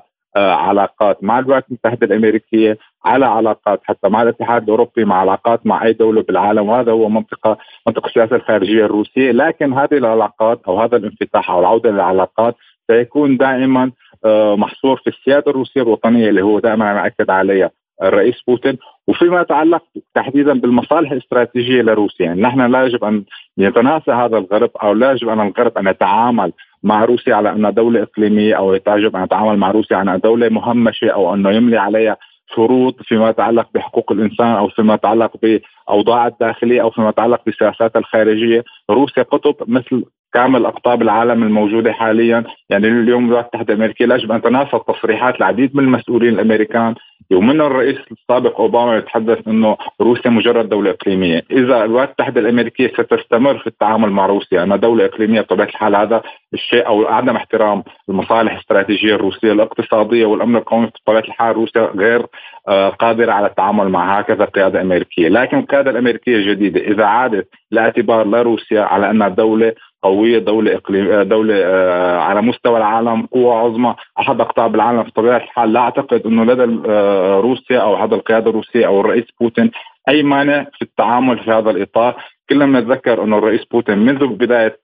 علاقات مع الولايات المتحدة الأمريكية، على علاقات حتى مع الاتحاد الأوروبي، مع علاقات مع أي دولة بالعالم، وهذا هو منطقة منطق السياسة الخارجية الروسية. لكن هذه العلاقات أو هذا الانفتاح أو العودة للعلاقات سيكون دائما محصور في السيادة الروسية الوطنية اللي هو دائما يؤكد عليها الرئيس بوتين، وفيما يتعلق تحديدا بالمصالح الاستراتيجية لروسيا. يعني نحن لا يجب أن يتناسى هذا الغرب أو لا يجب أن الغرب أن يتعامل مع روسيا على أنها دولة إقليمية أو يجب أن يتعامل مع روسيا على أنها دولة مهمشة أو أنه يملي عليها شروط فيما يتعلق بحقوق الإنسان أو فيما يتعلق بأوضاع الداخلية أو فيما يتعلق بالسياسات الخارجية. روسيا قطب مثل كامل أقطاب العالم الموجودة حاليا. يعني اليوم الولايات المتحدة الأمريكية لا يجب أن تناسى تصريحات العديد من المسؤولين الأمريكان ومنهم الرئيس السابق أوباما يتحدث أنه روسيا مجرد دولة إقليمية. إذا الولايات المتحدة الأمريكية ستستمر في التعامل مع روسيا أنها دولة إقليمية بطبيعة الحال هذا الشيء أو عدم احترام المصالح الاستراتيجية الروسية الاقتصادية والأمن القومي، بطبيعة الحال روسيا غير قادرة على التعامل مع هكذا قيادة أمريكية. لكن القيادة الأمريكية الجديدة إذا عادت لاعتبار لروسيا على أنها دولة قوية، دولة إقليمية، دولة على مستوى العالم قوة عظمى أحد أقطاب العالم، في طبيعة الحال لا أعتقد أنه لدى روسيا أو هذا القيادة الروسية أو الرئيس بوتين أي مانع في التعامل في هذا الإطار. كلنا نتذكر أنه الرئيس بوتين منذ بداية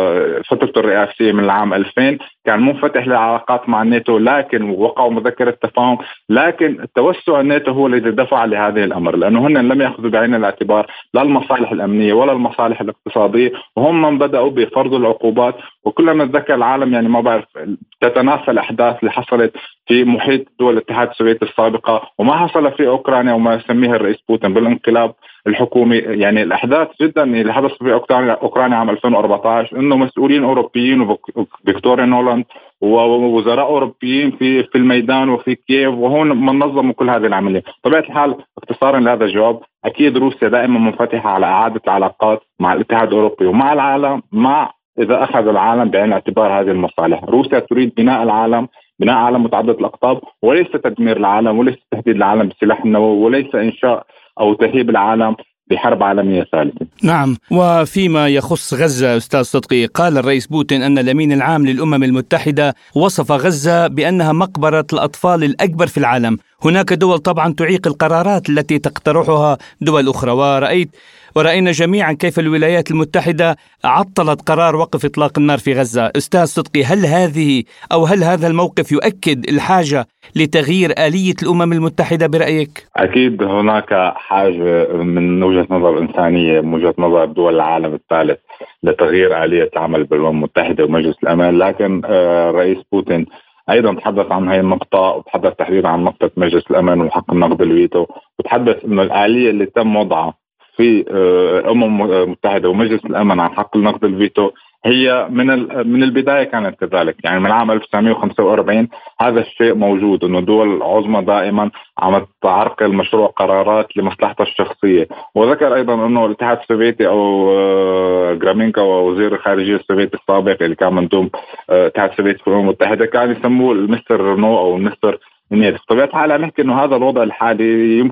فترته الرئاسية من العام ألفين كان منفتح للعلاقات مع الناتو، لكن وقعوا مذكرة تفاهم، لكن توسع الناتو هو الذي دفع لهذه الأمر، لأنه هن لم يأخذوا بعين الاعتبار لا المصالح الأمنية ولا المصالح الاقتصادية، وهم من بدأوا بفرض العقوبات. وكلنا نتذكر العالم يعني ما بعرف تتناسى الأحداث اللي حصلت في محيط دول الاتحاد السوفيتي السابقة وما حصل في أوكرانيا وما يسميه الرئيس بوتين بالانقلاب الحكومي. يعني الأحداث جدا اللي حدث في أوكرانيا عام ألفين وأربعة عشر إنه مسؤولين أوروبيين وفيكتوريا نولاند ووزراء أوروبيين في في الميدان وفي كييف وهون من نظموا كل هذه العملية. طبيعة الحال اختصارا لهذا الجواب أكيد روسيا دائما منفتحة على إعادة العلاقات مع الاتحاد الأوروبي ومع العالم، مع إذا أخذ العالم بعين اعتبار هذه المصالح. روسيا تريد بناء العالم، بناء عالم متعدد الأقطاب، وليس تدمير العالم وليس تهديد العالم بالسلاح النووي وليس إنشاء أو تهيب العالم بحرب عالمية ثالثة. نعم. وفيما يخص غزة أستاذ صدقي، قال الرئيس بوتين أن الأمين العام للأمم المتحدة وصف غزة بأنها مقبرة الأطفال الأكبر في العالم. هناك دول طبعا تعيق القرارات التي تقترحها دول أخرى، ورأيت ورأينا جميعا كيف الولايات المتحدة عطلت قرار وقف إطلاق النار في غزة. أستاذ صدقي، هل هذه أو هل هذا الموقف يؤكد الحاجة لتغيير آلية الأمم المتحدة برأيك؟ أكيد هناك حاجة من وجهة نظر إنسانية، من وجهة نظر دول العالم الثالث، لتغيير آلية العمل بالأمم المتحدة ومجلس الأمان. لكن الرئيس بوتين أيضا تحدث عن هذه النقطة وتحدث تحديدا عن نقطة مجلس الأمان وحق النقد الفيتو، وتحدث أن الآلية اللي تم وضعها في الأمم المتحدة ومجلس الأمن عن حق النقد الفيتو هي من من البداية كانت كذلك. يعني من عام ألف وتسعمائة وخمسة وأربعين هذا الشيء موجود، إنه دول عظمى دائما عم تعرقل مشروع قرارات لمصلحتها الشخصية. وذكر أيضا إنه الاتحاد السوفيتي أو جرامينكا ووزير الخارجية السوفيتي السابق اللي كان مندوب الاتحاد السوفيتي في الأمم المتحدة كان يسموه المستر رينو أو المستر نيت. بطبيعة الحال نحكي إنه هذا الوضع الحالي يمكن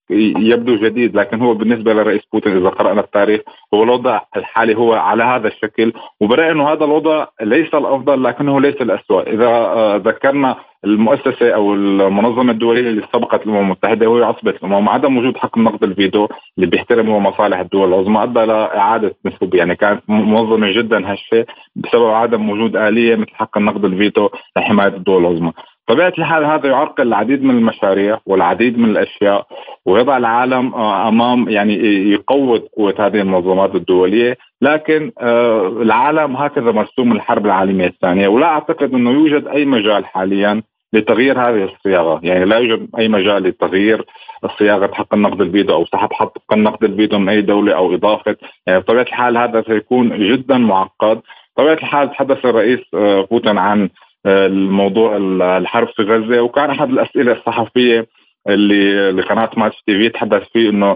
يبدو جديد، لكن هو بالنسبة للرئيس بوتين إذا قرأنا التاريخ هو الوضع الحالي هو على هذا الشكل، وبرأي أنه هذا الوضع ليس الأفضل لكنه ليس الأسوأ. إذا ذكرنا المؤسسة أو المنظمة الدولية اللي سبقت الأمم المتحدة وهي عصبة الأمم، عدم وجود حق نقد الفيتو اللي بيحترم هو مصالح الدول العظمى أدى لإعادة نسب، يعني كانت منظمة جدا هشة بسبب عدم وجود آلية مثل حق النقد الفيتو لحماية الدول العظمى. طبيعة الحال هذا يعرقل العديد من المشاريع والعديد من الأشياء، ويضع العالم أمام يعني يقوض قوة هذه المنظمات الدولية. لكن العالم هكذا مرسوم الحرب العالمية الثانية، ولا أعتقد أنه يوجد أي مجال حاليا لتغيير هذه الصياغة. يعني لا يوجد أي مجال لتغيير صياغة حق النقد الفيتو أو سحب حق النقد الفيتو من أي دولة أو إضافة، يعني بطبيعة الحال هذا سيكون جدا معقد. بطبيعة الحال تحدث الرئيس بوتين عن الموضوع الحرب في غزة، وكان أحد الأسئلة الصحفية اللي لقناة ماتش تي في تحدث فيه إنه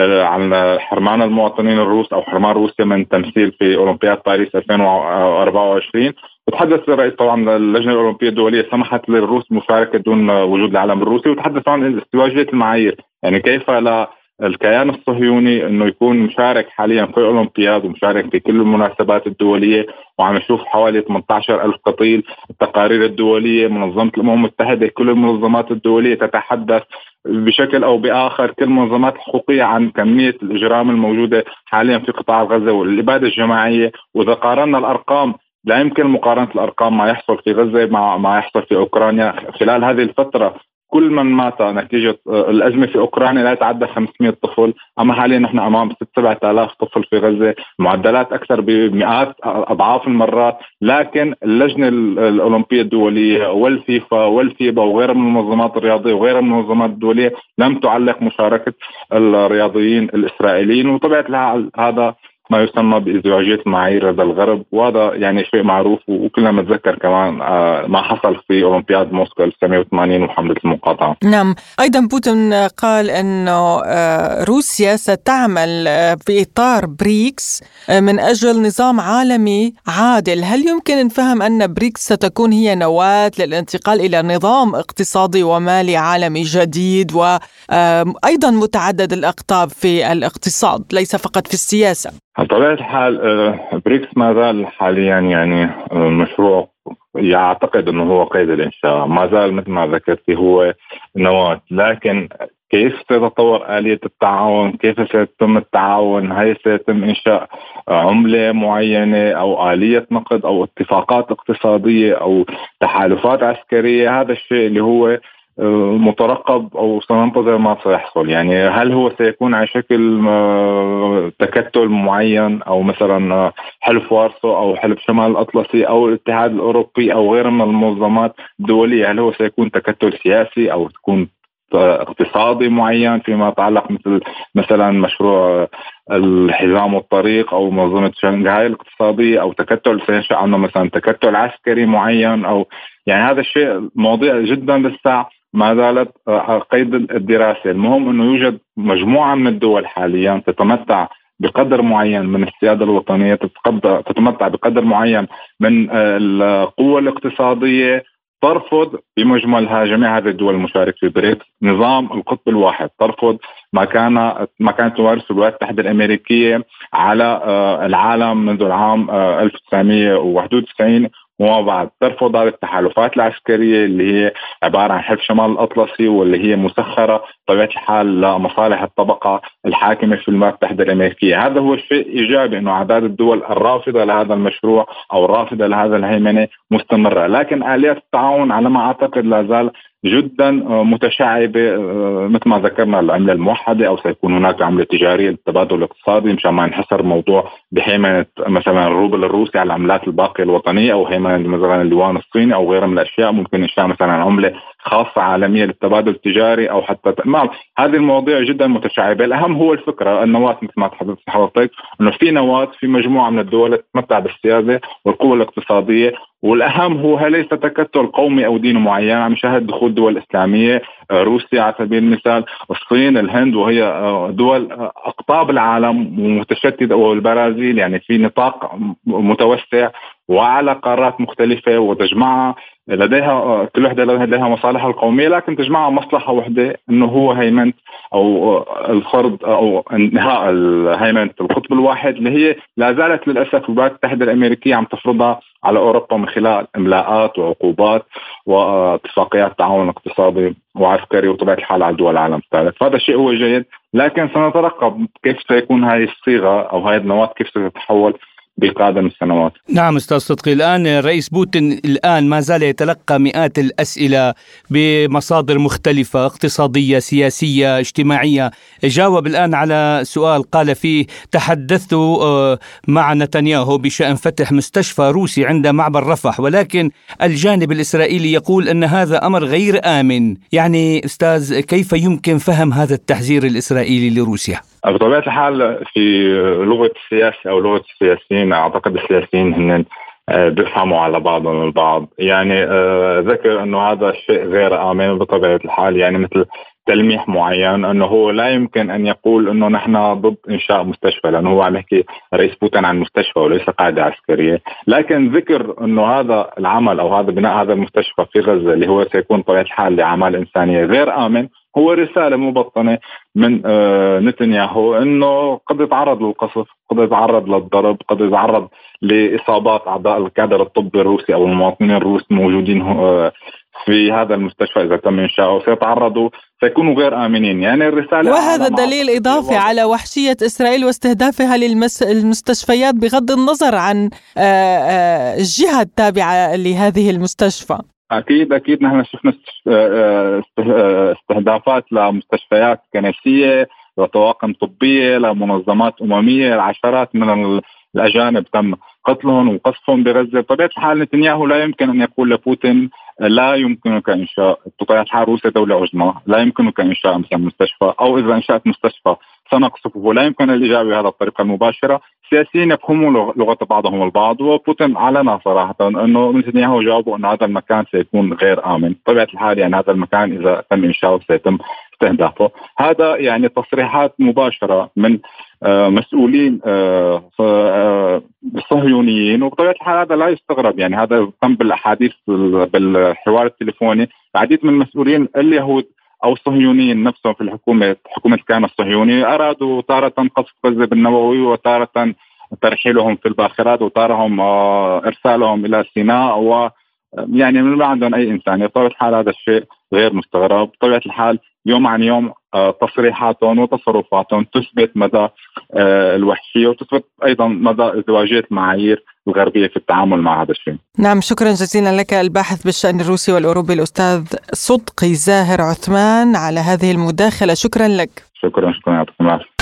عن حرمان المواطنين الروس أو حرمان روسيا من تمثيل في أولمبياد باريس ألفين وأربعة وعشرين. وتحدث الرئيس طبعا اللجنة الأولمبية الدولية سمحت للروس مشاركة دون وجود العلم الروسي، وتحدث عن ازدواجية المعايير، يعني كيف لا الكيان الصهيوني انه يكون مشارك حاليا في الاولمبياد ومشارك في كل المناسبات الدوليه، وعم نشوف حوالي ثمانية عشر ألف قتيل. التقارير الدوليه، منظمه الامم المتحده، كل المنظمات الدوليه تتحدث بشكل او باخر، كل المنظمات الحقوقيه عن كميه الاجرام الموجوده حاليا في قطاع غزه والاباده الجماعيه. واذا قارنا الارقام لا يمكن مقارنه الارقام ما يحصل في غزه مع ما يحصل في اوكرانيا. خلال هذه الفتره كل من مات نتيجة الأزمة في أوكرانيا لا يتعدى خمسمائة طفل، أما حاليا نحن أمام ستة سبعة آلاف طفل في غزة، معدلات أكثر بمئات أضعاف المرات. لكن اللجنة الأولمبية الدولية والفيفا والفيبا وغيرها من المنظمات الرياضية وغيرها من المنظمات الدولية لم تعلق مشاركة الرياضيين الإسرائيليين، وطبيعة الحال هذا ما يسمى بازدواجية معايير هذا الغرب، وهذا يعني شيء معروف. وكلنا نتذكر كمان ما حصل في أولمبياد موسكو ألف وتسعمائة وثمانين وحملة المقاطعة. نعم، أيضا بوتين قال أنه روسيا ستعمل في إطار بريكس من أجل نظام عالمي عادل. هل يمكن نفهم أن بريكس ستكون هي نواة للانتقال إلى نظام اقتصادي ومالي عالمي جديد وأيضا متعدد الأقطاب في الاقتصاد ليس فقط في السياسة؟ بطبيعة الحال بريكس ما زال حاليا يعني مشروع يعتقد أنه هو قيد الإنشاء، ما زال مثل ما ذكرت هو نواة. لكن كيف ستتطور آلية التعاون، كيف سيتم التعاون، هل سيتم إنشاء عملة معينة أو آلية نقد أو اتفاقات اقتصادية أو تحالفات عسكرية، هذا الشيء اللي هو مترقب أو سننتظر ما سيحصل. يعني هل هو سيكون على شكل تكتل معين أو مثلا حلف وارسو أو حلف شمال الأطلسي أو الاتحاد الأوروبي أو غيره من المنظمات الدولية، هل هو سيكون تكتل سياسي أو تكون اقتصادي معين فيما يتعلق مثل مثلا مشروع الحزام والطريق أو منظمة شنغهاي الاقتصادية، أو تكتل سينشأ عنه مثلا تكتل عسكري معين، أو يعني هذا الشيء مواضيع جدا لسه ما زالت قيد الدراسة. المهم أنه يوجد مجموعة من الدول حاليا تتمتع بقدر معين من السيادة الوطنية، تتمتع بقدر معين من القوة الاقتصادية، ترفض بمجملها جميع هذه الدول المشاركة في بريكس نظام القطب الواحد، ترفض ما كان ما كانت تمارسه الولايات المتحدة الأمريكية على العالم منذ العام ألف وتسعمائة وواحد وتسعين وما بعد، ترفض هذه التحالفات العسكرية اللي هي عبارة عن حلف شمال الأطلسي واللي هي مسخرة بطبيعة الحال لمصالح الطبقة الحاكمة في الولايات المتحدة الأمريكية. هذا هو الشيء إيجابي، إنه أعداد الدول الرافضة لهذا المشروع أو الرافضة لهذا الهيمنة مستمرة، لكن آليات التعاون على ما أعتقد لا زال جدا متشعبة. مثل ما ذكرنا العملة الموحدة، أو سيكون هناك عملة تجارية للتبادل الاقتصادي مشان ما ينحصر الموضوع بهيمنة مثلا الروبل الروسي على العملات الباقية الوطنية، أو هيمنة مثلا اليوان الصيني أو غيرها من الأشياء. ممكن إنشاء مثلا عملة خاصة عالمية للتبادل التجاري أو حتى تأمال. هذه المواضيع جدا متشعبة. الأهم هو الفكرة، النواة مثل ما تحدثت حضرتك، أنه في نواة في مجموعة من الدول تتمتع بالسيادة والقوة الاقتصادية، والأهم هو ليس تكتل قومي أو ديني معين. عم نشاهد دخول دول إسلامية، روسيا على سبيل المثال، الصين، الهند، وهي دول أقطاب العالم متشتتة، والبرازيل، يعني في نطاق متوسع. وعلى قارات مختلفة وتجمعها لديها كل وحدة لديها مصالحها القومية، لكن تجمعها مصلحة وحدة إنه هو هيمنة أو الفرض أو انتهاء هيمنة القطب الواحد اللي هي لا زالت للأسف الولايات المتحدة الأمريكية عم تفرضها على أوروبا من خلال إملاءات وعقوبات واتفاقيات تعاون اقتصادي وعسكري وطبيعة الحال على دول العالم الثالث. فهذا الشيء هو جيد، لكن سنترقب كيف سيكون هذه الصيغة أو هذه النواة كيف ستتحول بقادم السنوات. نعم أستاذ صدقي، الآن الرئيس بوتين الآن ما زال يتلقى مئات الأسئلة بمصادر مختلفة اقتصادية سياسية اجتماعية. جاوب الآن على سؤال قال فيه: تحدثت مع نتنياهو بشأن فتح مستشفى روسي عند معبر رفح، ولكن الجانب الإسرائيلي يقول أن هذا أمر غير آمن. يعني أستاذ، كيف يمكن فهم هذا التحذير الإسرائيلي لروسيا؟ بطبيعة الحال في لغة السياسة أو لغة السياسيين، أعتقد السياسيين هن بيفهموا على بعضهم البعض. يعني ذكر أنه هذا الشيء غير آمن بطبيعة الحال، يعني مثل تلميح معين أنه هو لا يمكن أن يقول أنه نحن ضد إنشاء مستشفى، لأنه هو عم يحكي رئيس بوتين عن مستشفى وليس قاعدة عسكرية. لكن ذكر أنه هذا العمل أو هذا بناء هذا المستشفى في غزة اللي هو سيكون بطبيعة الحال لأعمال إنسانية غير آمن هو رسالة مبطنة من نتنياهو أنه قد يتعرض للقصف، قد يتعرض للضرب، قد يتعرض لإصابات أعضاء الكادر الطبي الروسي أو المواطنين الروس موجودين في هذا المستشفى إذا تم إنشاؤه سيتعرضوا سيكونوا غير آمنين. يعني الرسالة، وهذا دليل إضافي على وحشية إسرائيل واستهدافها للمستشفيات بغض النظر عن الجهة التابعة لهذه المستشفى. أكيد أكيد نحن شفنا استهدافات لمستشفيات كنسية وطواقم طبية لمنظمات أممية، العشرات من الأجانب تم قتلهم وقصفهم بغزة. بطبيعة الحال نتنياهو لا يمكن أن يقول لبوتين لا يمكنك إنشاء، بطبيعة الحال روسيا دولة عظمى لا يمكنك إنشاء مثلا مستشفى، أو إذا أنشأت مستشفى سنقصفه. لا يمكن الإجابة بهذه الطريقة المباشرة. سياسيين يفهموا لغة بعضهم البعض، وبوتين أعلن صراحة أنه نتنياهو جاوبه أن هذا المكان سيكون غير آمن. بطبيعة الحال يعني هذا المكان إذا تم إنشاؤه سيتم استهدافه. هذا يعني تصريحات مباشرة من مسؤولين صهيونيين، وبطبيعة الحال هذا لا يستغرب. يعني هذا تم بالأحاديث بالحوار التليفوني العديد من المسؤولين اليهود أو الصهيونيين نفسهم في الحكومة حكومة الكيان الصهيوني أرادوا تارة قصف غزة بالنووي وتارة ترحيلهم في الباخرات وتارهم إرسالهم إلى سيناء، و يعني ما عندهم أي إنسانية. بطبيعة الحال هذا الشيء غير مستغرب. بطبيعة الحال يوم عن يوم تصريحاتهم وتصرفاتهم تثبت مدى الوحشية وتثبت أيضا مدى ازدواجية المعايير الغربية في التعامل مع هذا الشيء. نعم، شكرا جزيلا لك الباحث بالشأن الروسي والأوروبي الأستاذ صدقي زاهر عثمان على هذه المداخلة. شكرا لك. شكرا شكرا يعطيكم العافية.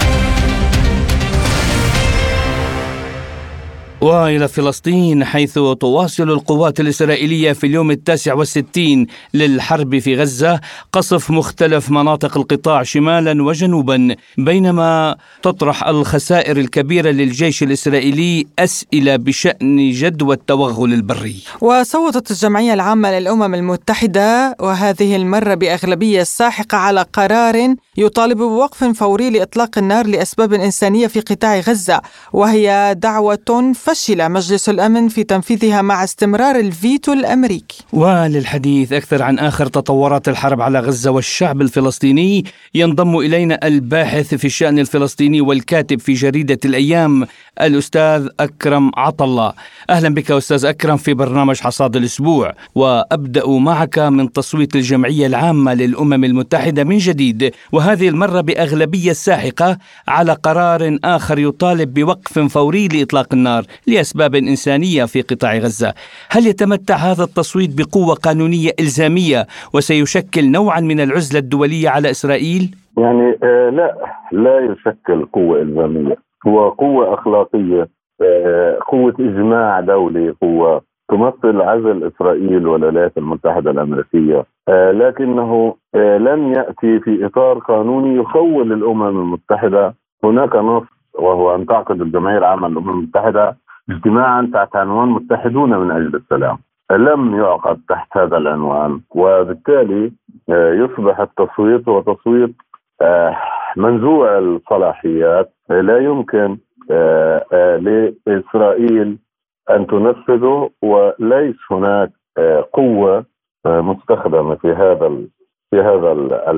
وإلى فلسطين، حيث تواصل القوات الإسرائيلية في اليوم التاسع والستين للحرب في غزة قصف مختلف مناطق القطاع شمالا وجنوبا، بينما تطرح الخسائر الكبيرة للجيش الإسرائيلي أسئلة بشأن جدوى التوغل البري. وصوتت الجمعية العامة للأمم المتحدة وهذه المرة بأغلبية ساحقة على قرار يطالب بوقف فوري لإطلاق النار لأسباب إنسانية في قطاع غزة، وهي دعوة فشل مجلس الأمن في تنفيذها مع استمرار الفيتو الأمريكي. وللحديث أكثر عن آخر تطورات الحرب على غزة والشعب الفلسطيني ينضم إلينا الباحث في الشأن الفلسطيني والكاتب في جريدة الأيام الأستاذ أكرم عطلة. أهلا بك أستاذ أكرم في برنامج حصاد الأسبوع، وأبدأ معك من تصويت الجمعية العامة للأمم المتحدة من جديد، وهذه المرة بأغلبية ساحقة على قرار آخر يطالب بوقف فوري لإطلاق النار لأسباب إنسانية في قطاع غزة. هل يتمتع هذا التصويت بقوة قانونية إلزامية وسيشكل نوعا من العزلة الدولية على إسرائيل؟ يعني آه لا لا يشكل قوة إلزامية، هو قوة أخلاقية، آه قوة إجماع دولي، قوة تمثل عزل إسرائيل والولايات المتحدة الأمريكية، آه لكنه آه لم يأتي في إطار قانوني يخول الأمم المتحدة. هناك نص وهو أن تعقد الجمعية العامة للأمم المتحدة اجتماعا تحت عنوان متحدون من أجل السلام، لم يعقد تحت هذا العنوان، وبالتالي يصبح التصويت هو تصويت منزوع الصلاحيات. لا يمكن لإسرائيل أن تنفذه، وليس هناك قوة مستخدمة في هذا في هذا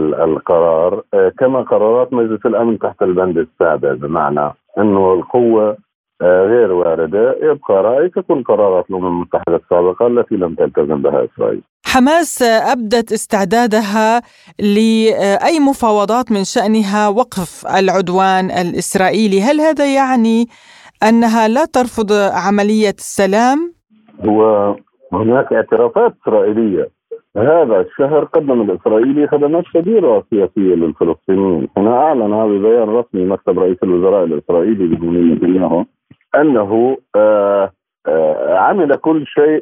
القرار كما قرارات مجلس الأمن تحت البند السابع، بمعنى أنه القوة غير واردة. يبقى رأي تكون قرارات الأمم المتحدة السابقة التي لم تلتزم بها إسرائيل. حماس أبدت استعدادها لأي مفاوضات من شأنها وقف العدوان الإسرائيلي. هل هذا يعني أنها لا ترفض عملية السلام؟ هو هناك اعترافات إسرائيلية. هذا الشهر قدم الإسرائيلي خدمات كبيرة سياسية للفلسطينيين. هنا أعلن هذا بيان رسمي مكتب رئيس الوزراء الإسرائيلي بنيامين نتنياهو أنه آآ آآ عمل كل شيء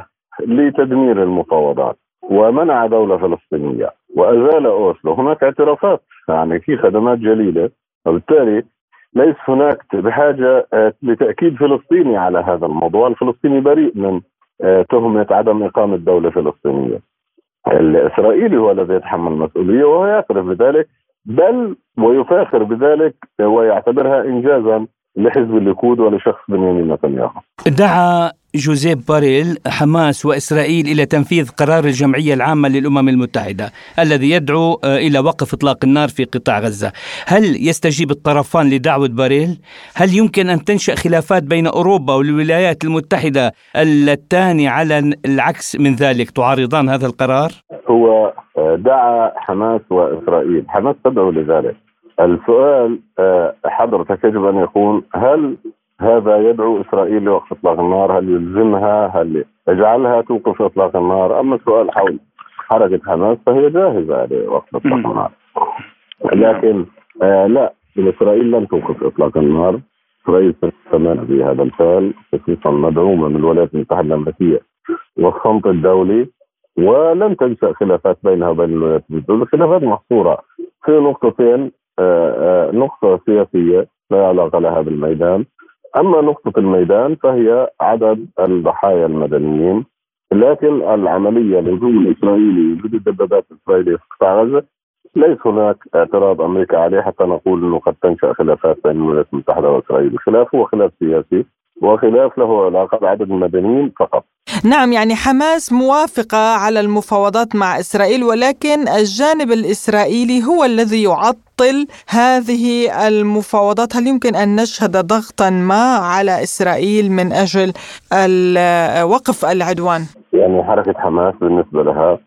لتدمير المفاوضات ومنع دولة فلسطينية وأزال أوسلو. هناك اعترافات، يعني في خدمات جليلة، وبالتالي ليس هناك بحاجة لتأكيد فلسطيني على هذا الموضوع. الفلسطيني بريء من تهمة عدم إقامة دولة فلسطينية. الإسرائيلي هو الذي يتحمل المسؤولية وهو يعترف بذلك، بل ويفاخر بذلك ويعتبرها إنجازا لحزب الليكود ولشخص بنيامين نتنياهو. دعا جوزيف باريل حماس وإسرائيل إلى تنفيذ قرار الجمعية العامة للأمم المتحدة الذي يدعو إلى وقف إطلاق النار في قطاع غزة. هل يستجيب الطرفان لدعوة باريل؟ هل يمكن أن تنشأ خلافات بين أوروبا والولايات المتحدة اللتان على العكس من ذلك تعارضان هذا القرار؟ هو دعا حماس وإسرائيل. حماس تدعو لذلك. السؤال حضرتك يجب أن يكون هل هذا يدعو إسرائيل لوقف إطلاق النار؟ هل يلزمها؟ هل يجعلها توقف إطلاق النار؟ أما السؤال حول حركة حماس فهي جاهزة لوقف إطلاق النار، لكن آه لا، إسرائيل لن توقف إطلاق النار. إسرائيل تستمر بهذا الفعل، خصوصا مدعومة من الولايات المتحدة الأمريكية والصمت الدولي، ولن تنشأ خلافات بينها وبين الولايات المتحدة. الخلافات محصورة في نقطتين، آه آه نقطة سياسية لا علاقة لها بالميدان. أما نقطة الميدان فهي عدد الضحايا المدنيين، لكن العملية الهجوم الإسرائيلي وجود الدبابات الإسرائيلية في قطاع غزة ليس هناك اعتراض أمريكا عليه حتى نقول أنه قد تنشأ خلافات بين الولايات المتحدة وإسرائيل. الخلاف هو خلاف سياسي وخلاف له علاقة بعدد المدنيين فقط. نعم، يعني حماس موافقة على المفاوضات مع إسرائيل، ولكن الجانب الإسرائيلي هو الذي يعطل هذه المفاوضات. هل يمكن أن نشهد ضغطا ما على إسرائيل من أجل وقف العدوان؟ يعني حركة حماس بالنسبة لها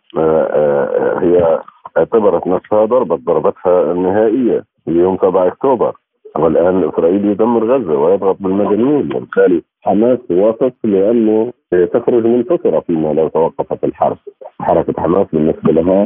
هي اعتبرت نفسها ضربت ضربتها النهائية اليوم سبعة أكتوبر، والآن إسرائيل يدمر غزة ويضغط بالمدنيين، وبالتالي حماس وافق لأنه تخرج منتصرة فيما لو توقفت الحرب. حركة حماس بالنسبة لها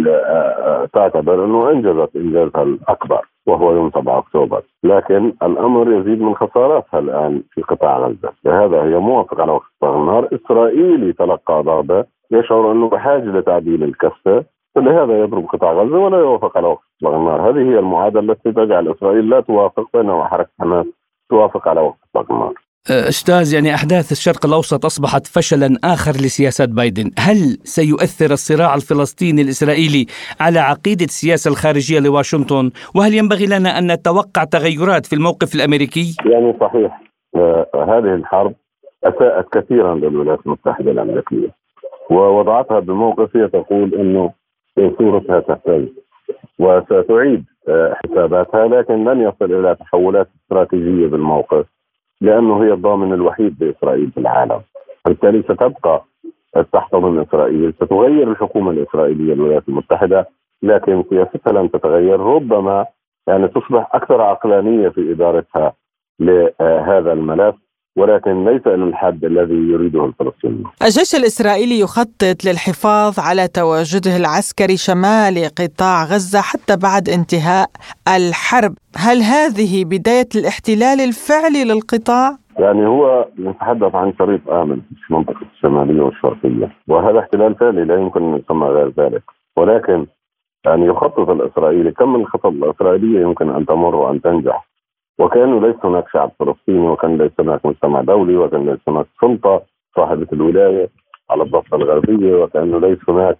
تعتبر أنه أنجزت إنجازها الأكبر وهو يوم سبعة أكتوبر، لكن الأمر يزيد من خساراتها الآن في قطاع غزة. لهذا هي موافقة على وقف إطلاق النار. إسرائيلي تلقى ضربة يشعر أنه بحاجة لتعديل الكفة، فلهذا يضرب قطاع غزة ولا يوافق على وقف إطلاق النار. هذه هي المعادلة التي تجعل إسرائيل لا توافق، بينما حركة حماس توافق على وقف إطلاق النار. أستاذ، يعني أحداث الشرق الأوسط أصبحت فشلا آخر لسياسات بايدن. هل سيؤثر الصراع الفلسطيني الإسرائيلي على عقيدة السياسة الخارجية لواشنطن؟ وهل ينبغي لنا أن نتوقع تغيرات في الموقف الأمريكي؟ يعني صحيح، آه هذه الحرب أساءت كثيرا للولايات المتحدة الأمريكية ووضعتها بموقف هي تقول أنه صورتها تهتز وستعيد آه حساباتها، لكن لن يصل إلى تحولات استراتيجية بالموقف لأنه هي الضامن الوحيد لإسرائيل في العالم. بالتالي ستبقى تحتضن إسرائيل، ستغير الحكومة الإسرائيلية الولايات المتحدة، لكن سياستها لن تتغير. ربما يعني تصبح أكثر عقلانية في إدارتها لهذا الملف، ولكن ليس إلى الحد الذي يريده الفلسطينيين. الجيش الإسرائيلي يخطط للحفاظ على تواجده العسكري شمال قطاع غزة حتى بعد انتهاء الحرب. هل هذه بداية الاحتلال الفعلي للقطاع؟ يعني هو يتحدث عن شريط آمن في المنطقة الشمالية والشرقية، وهذا احتلال فعلي لا يمكن أن يسمى غير ذلك. ولكن يعني يخطط الإسرائيلي، كم من الخطط الإسرائيلية يمكن أن تمر وأن تنجح، وكانوا ليس هناك شعب فلسطيني، وكان ليس هناك مجتمع دولي، وكان ليس هناك سلطة صاحبة الولاية على الضفة الغربية، وكانه ليس هناك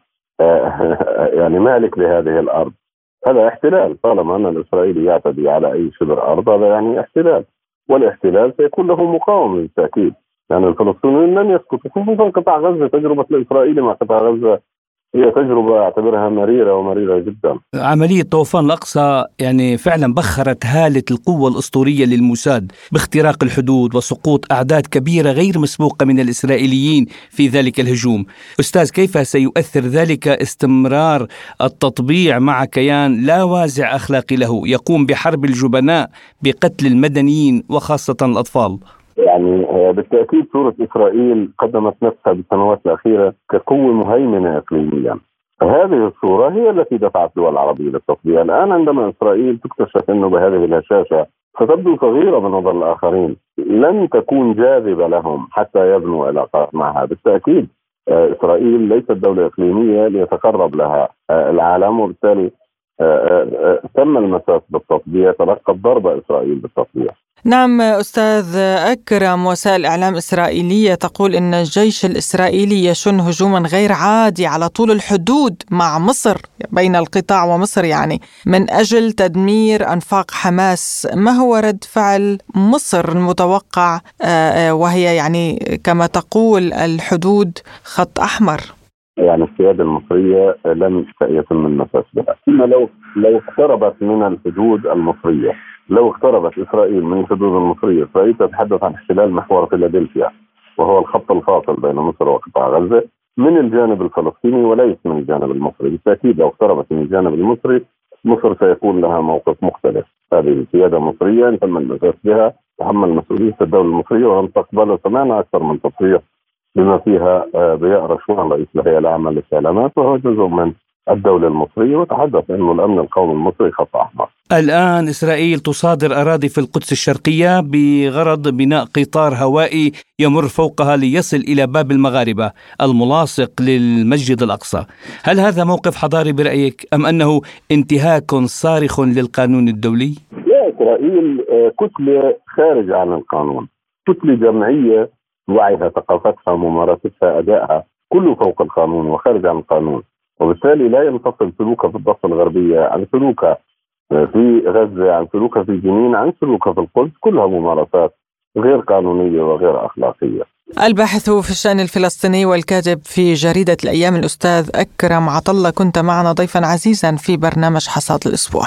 يعني مالك لهذه الأرض. هذا احتلال. طالما أن الإسرائيلي يعتدي على أي شبر أرض هذا يعني احتلال، والاحتلال سيكون له مقاومة بالتأكيد. يعني الفلسطينيين لن يسكتوا، خصوصا قطاع غزة. تجربة الإسرائيلي مع قطاع غزة هي تجربة أعتبرها مريرة ومريرة جدا. عملية طوفان الأقصى يعني فعلا بخرت هالة القوة الأسطورية للموساد باختراق الحدود وسقوط أعداد كبيرة غير مسبوقة من الإسرائيليين في ذلك الهجوم. أستاذ، كيف سيؤثر ذلك استمرار التطبيع مع كيان لا وازع أخلاقي له يقوم بحرب الجبناء بقتل المدنيين وخاصة الأطفال؟ يعني بالتأكيد صورة إسرائيل قدمت نفسها بالسنوات الأخيرة كقوة مهيمنة إقليميا. هذه الصورة هي التي دفعت الدول العربية للتطبيع. الآن عندما إسرائيل تكتشف أنه بهذه الهشاشة ستبدو صغيرة بنظر الآخرين، لن تكون جاذبة لهم حتى يبنوا علاقات معها. بالتأكيد إسرائيل ليست دولة إقليمية ليتقرب لها العالم، وبالتالي تم المساس بالتطبيع، تلقت ضربة إسرائيل بالتطبيع. نعم أستاذ أكرم، وسائل إعلام إسرائيلية تقول إن الجيش الإسرائيلي يشن هجوما غير عادي على طول الحدود مع مصر، بين القطاع ومصر يعني، من أجل تدمير أنفاق حماس. ما هو رد فعل مصر المتوقع وهي يعني كما تقول الحدود خط أحمر؟ يعني السيادة المصرية لم يتم المساس بها. لو لو اقتربت من الحدود المصرية، لو اقتربت إسرائيل من الحدود المصرية، إسرائيل تتحدث عن احتلال محور فيلادلفيا، وهو الخط الفاصل بين مصر وقطاع غزة، من الجانب الفلسطيني وليس من الجانب المصري. بالتأكيد لو اقتربت من الجانب المصري، مصر سيكون لها موقف مختلف. هذه سيادة مصرية تم المساس بها، تحمل مسؤولية الدولة المصرية ولم تقبل. وسمعنا أكثر من تصريح بما فيها ضياء رشوان رئيس الهيئة العامة للإعلامات، وهو جزء من الدولة المصرية، وتحدث أنه الأمن القومي المصري خط أحمر. الآن إسرائيل تصادر أراضي في القدس الشرقية بغرض بناء قطار هوائي يمر فوقها ليصل إلى باب المغاربة الملاصق للمسجد الأقصى. هل هذا موقف حضاري برأيك، أم أنه انتهاك صارخ للقانون الدولي؟ لا، إسرائيل كتلة خارج عن القانون، كتلة جمعية وعيها، ثقافتها، ممارستها، أدائها كله فوق القانون وخارج عن القانون، وبالتالي لا ينفصل سلوكها في الضفة الغربية عن سلوكها في غزة، عن سلوكها في جنين، عن سلوكها في القدس. كلها ممارسات غير قانونية وغير أخلاقية. الباحث في الشأن الفلسطيني والكاتب في جريدة الأيام الأستاذ أكرم عطلة، كنت معنا ضيفا عزيزا في برنامج حصاد الأسبوع.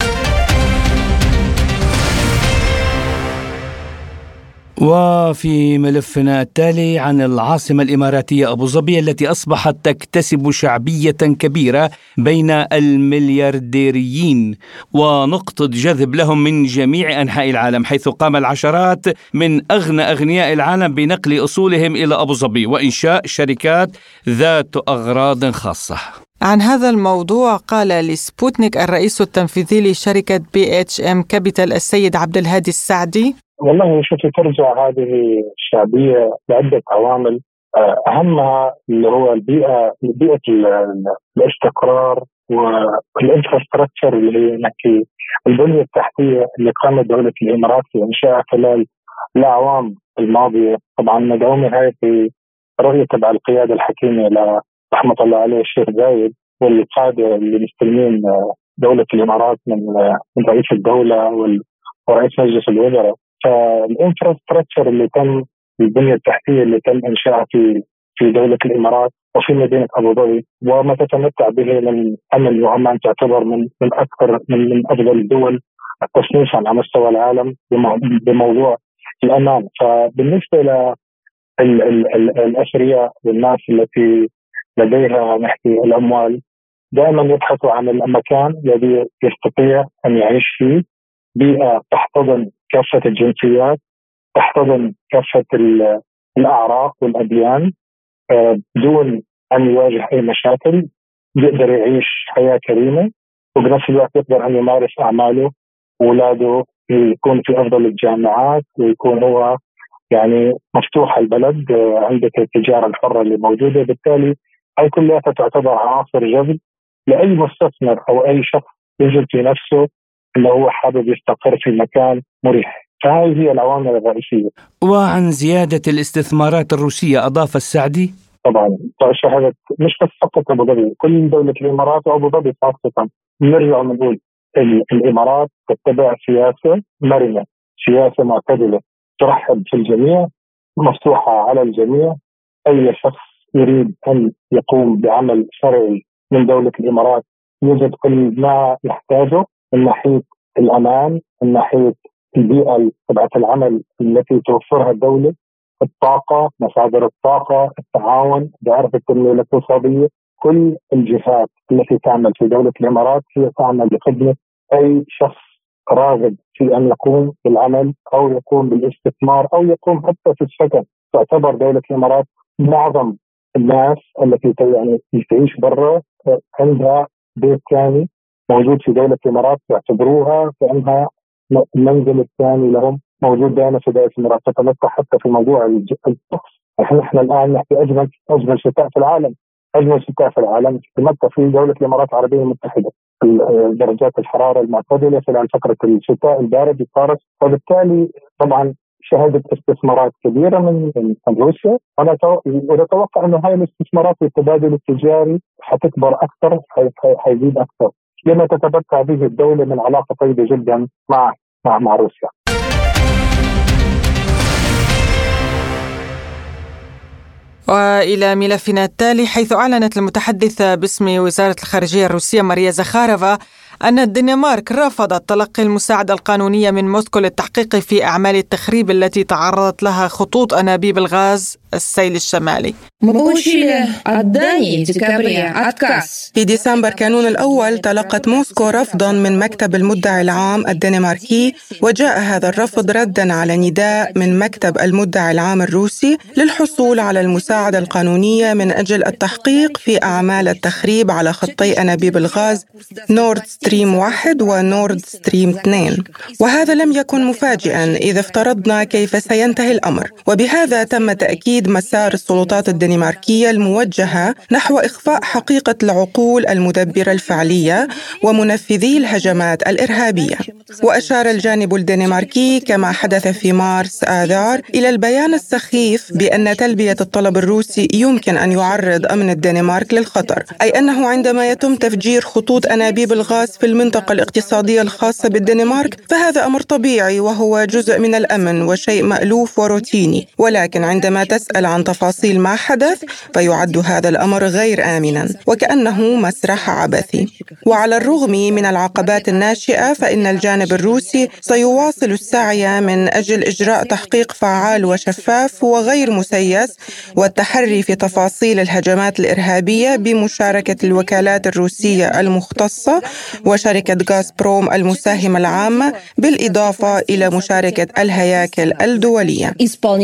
وفي ملفنا التالي عن العاصمة الإماراتية أبو ظبي التي أصبحت تكتسب شعبية كبيرة بين المليارديريين ونقطة جذب لهم من جميع أنحاء العالم، حيث قام العشرات من أغنى أغنياء العالم بنقل أصولهم إلى أبو ظبي وإنشاء شركات ذات أغراض خاصة. عن هذا الموضوع قال لسبوتنيك الرئيس التنفيذي لشركة بي اتش ام كابيتال السيد عبد الهادي السعدي: والله شوفي، ترجع هذه الشعبية لعدة عوامل، أهمها اللي هو البيئة بيئة الاستقرار والانفراستراكشر اللي هي نحكي البنية التحتية اللي قامت دولة الإمارات في إنشائها خلال الأعوام الماضية. طبعا مدعومة هاي في رؤية تبع القيادة الحكيمة ل رحمة الله عليه الشيخ زايد والقادة اللي مستلمين دولة الإمارات من من رئيس الدولة ورئيس مجلس الوزراء. فالانفراستراكشر اللي تم، البنية التحتية اللي تم إنشائها في في دولة الإمارات وفي مدينة أبو ظبي، وما تتمتع به من أمن، وعمان تعتبر من من أكثر من من أفضل الدول تصنيفا على مستوى العالم بموضوع الأمان. فبالنسبة ل الأثرياء والناس التي لديها نحكي الأموال، دائما يبحثوا عن المكان الذي يستطيع أن يعيش فيه، بيئة تحتضن كافة الجنسيات، تحتضن كافة الأعراق والأديان بدون أن يواجه أي مشاكل، يقدر يعيش حياة كريمة، وبنفس الوقت يقدر أن يمارس أعماله، وأولاده يكون في أفضل الجامعات، ويكون هو يعني مفتوح البلد، عندك التجارة الحرة اللي موجودة. بالتالي هاي كلها تعتبر عناصر جذب لأي مستثمر أو أي شخص يجد في نفسه أنه هو حابب يستقر في مكان مريح. فهذه هي العوامل الرئيسية. وعن زيادة الاستثمارات الروسية أضاف السعدي: طبعا شهدت مش بس فقط أبو ظبي، كل دولة الإمارات وأبو ظبي خاصة. نرجع ونقول الإمارات تتبع سياسة مرنة، سياسة معتدلة، ترحب في الجميع، مفتوحة على الجميع. أي شخص يريد أن يقوم بعمل شرعي من دولة الإمارات يوجد كل ما يحتاجه من ناحية الأمان، من ناحية البيئة تبعة العمل التي توفرها الدولة، الطاقة، مصادر الطاقة، التعاون، دائرة التنمية الاقتصادية. كل الجهات التي تعمل في دولة الإمارات هي تعمل لخدمة أي شخص راغب في أن يقوم بالعمل أو يقوم بالاستثمار أو يقوم حتى في السكن. تعتبر دولة الإمارات معظم الناس التي يعني تعيش برا عندها بيت ثاني موجود في دولة الإمارات، يعتبروها كأنها المنزل الثاني لهم موجود دائما في دولة الإمارات. تتمتع حتى في موضوع الطقس. نحن الآن نحكي أجمل أجمل شتاء في العالم، أجمل شتاء في العالم تتمتع في دولة الإمارات العربية المتحدة. درجات الحرارة المعتدلة في فترة الشتاء البارد يقارس، وبالتالي طبعا شهدت استثمارات كبيرة من من روسيا. أنا أتوقع أن هاي الاستثمارات والتبادل التجاري حتكبر أكثر، حيزيد أكثر لما تتمتع به الدولة من علاقة طيبة جدا مع مع مع روسيا. وإلى ملفنا التالي، حيث أعلنت المتحدثة باسم وزارة الخارجية الروسية ماريا زخارفا أن الدنمارك رفضت تلقي المساعدة القانونية من موسكو للتحقيق في أعمال التخريب التي تعرضت لها خطوط أنابيب الغاز السيل الشمالي. في ديسمبر كانون الأول تلقت موسكو رفضاً من مكتب المدعي العام الدنماركي، وجاء هذا الرفض رداً على نداء من مكتب المدعي العام الروسي للحصول على المساعدة القانونية من أجل التحقيق في أعمال التخريب على خطي أنابيب الغاز نورد ستريم واحد ونورد ستريم اثنين. وهذا لم يكن مفاجئاً إذا افترضنا كيف سينتهي الأمر، وبهذا تم تأكيد مسار السلطات الدنماركية الموجهة نحو إخفاء حقيقة العقول المدبرة الفعلية ومنفذي الهجمات الإرهابية. وأشار الجانب الدنماركي كما حدث في مارس آذار إلى البيان السخيف بأن تلبية الطلب الروسي يمكن أن يعرض أمن الدنمارك للخطر، أي أنه عندما يتم تفجير خطوط أنابيب الغاز في المنطقة الاقتصادية الخاصة بالدنمارك فهذا أمر طبيعي وهو جزء من الأمن وشيء مألوف وروتيني، ولكن عندما تسأل عن تفاصيل ما حدث فيعد هذا الأمر غير آمنا وكأنه مسرح عبثي. وعلى الرغم من العقبات الناشئة فإن الجانب الروسي سيواصل السعي من أجل إجراء تحقيق فعال وشفاف وغير مسيس والتحري في تفاصيل الهجمات الإرهابية بمشاركة الوكالات الروسية المختصة وشركة غازبروم المساهمة العامة، بالإضافة إلى مشاركة الهياكل الدولية.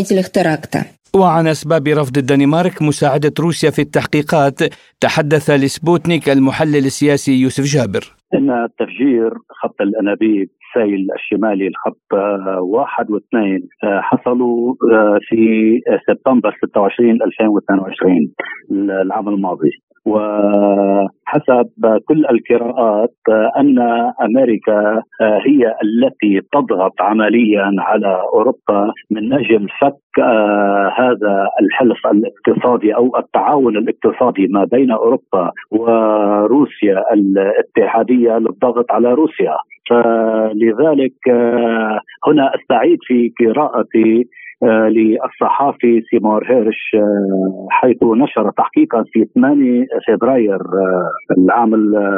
وعن أسباب رفض الدنمارك مساعدة روسيا في التحقيقات تحدث لسبوتنيك المحلل السياسي يوسف جابر. إن تفجير خط الأنابيب السيل الشمالي الخط واحد واثنين حصلوا في سبتمبر ستة وعشرين ألفين واثنين وعشرين العام الماضي، وحسب كل القراءات أن أمريكا هي التي تضغط عمليا على أوروبا من أجل فك هذا الحلف الاقتصادي أو التعاون الاقتصادي ما بين أوروبا وروسيا الاتحادية للضغط على روسيا. فلذلك هنا أستعيد في قراءتي للصحافي سيمور هيرش حيث نشر تحقيقا في ثمانية فبراير العام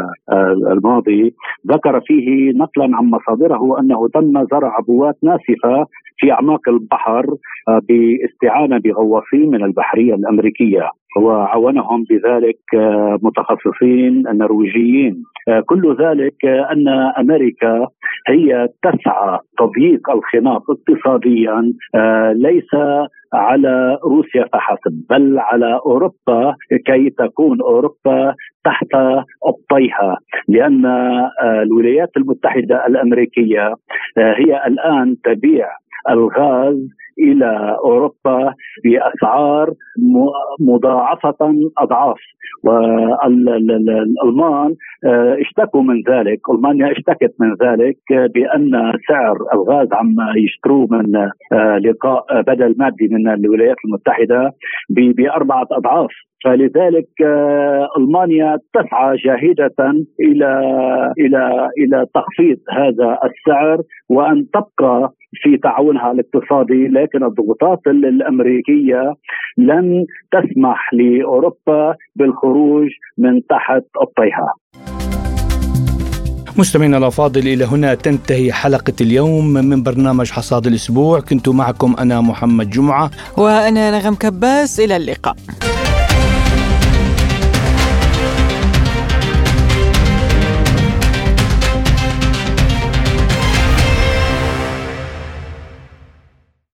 الماضي ذكر فيه نقلا عن مصادره أنه تم زرع عبوات ناسفة في أعماق البحر باستعانة بغواصين من البحرية الأمريكية، وعاونهم بذلك متخصصين نرويجيين. كل ذلك أن أمريكا هي تسعى تضييق الخناق اقتصاديا ليس على روسيا فحسب بل على أوروبا كي تكون أوروبا تحت أبطيها، لأن الولايات المتحدة الأمريكية هي الآن تبيع الغاز إلى أوروبا بأسعار مضاعفة أضعاف، والألمان اشتكوا من ذلك، ألمانيا اشتكت من ذلك بأن سعر الغاز عم يشتروه من لقاء بدل مادي من الولايات المتحدة بأربعة أضعاف. فلذلك ألمانيا تسعى جاهدة إلى إلى إلى تخفيض هذا السعر وأن تبقى في تعاونها الاقتصادي، ولكن الضغوطات الأمريكية لن تسمح لأوروبا بالخروج من تحت الطيها. مستمعينا الأفاضل، إلى هنا تنتهي حلقة اليوم من برنامج حصاد الأسبوع. كنت معكم أنا محمد جمعة وأنا نغم كباس. إلى اللقاء.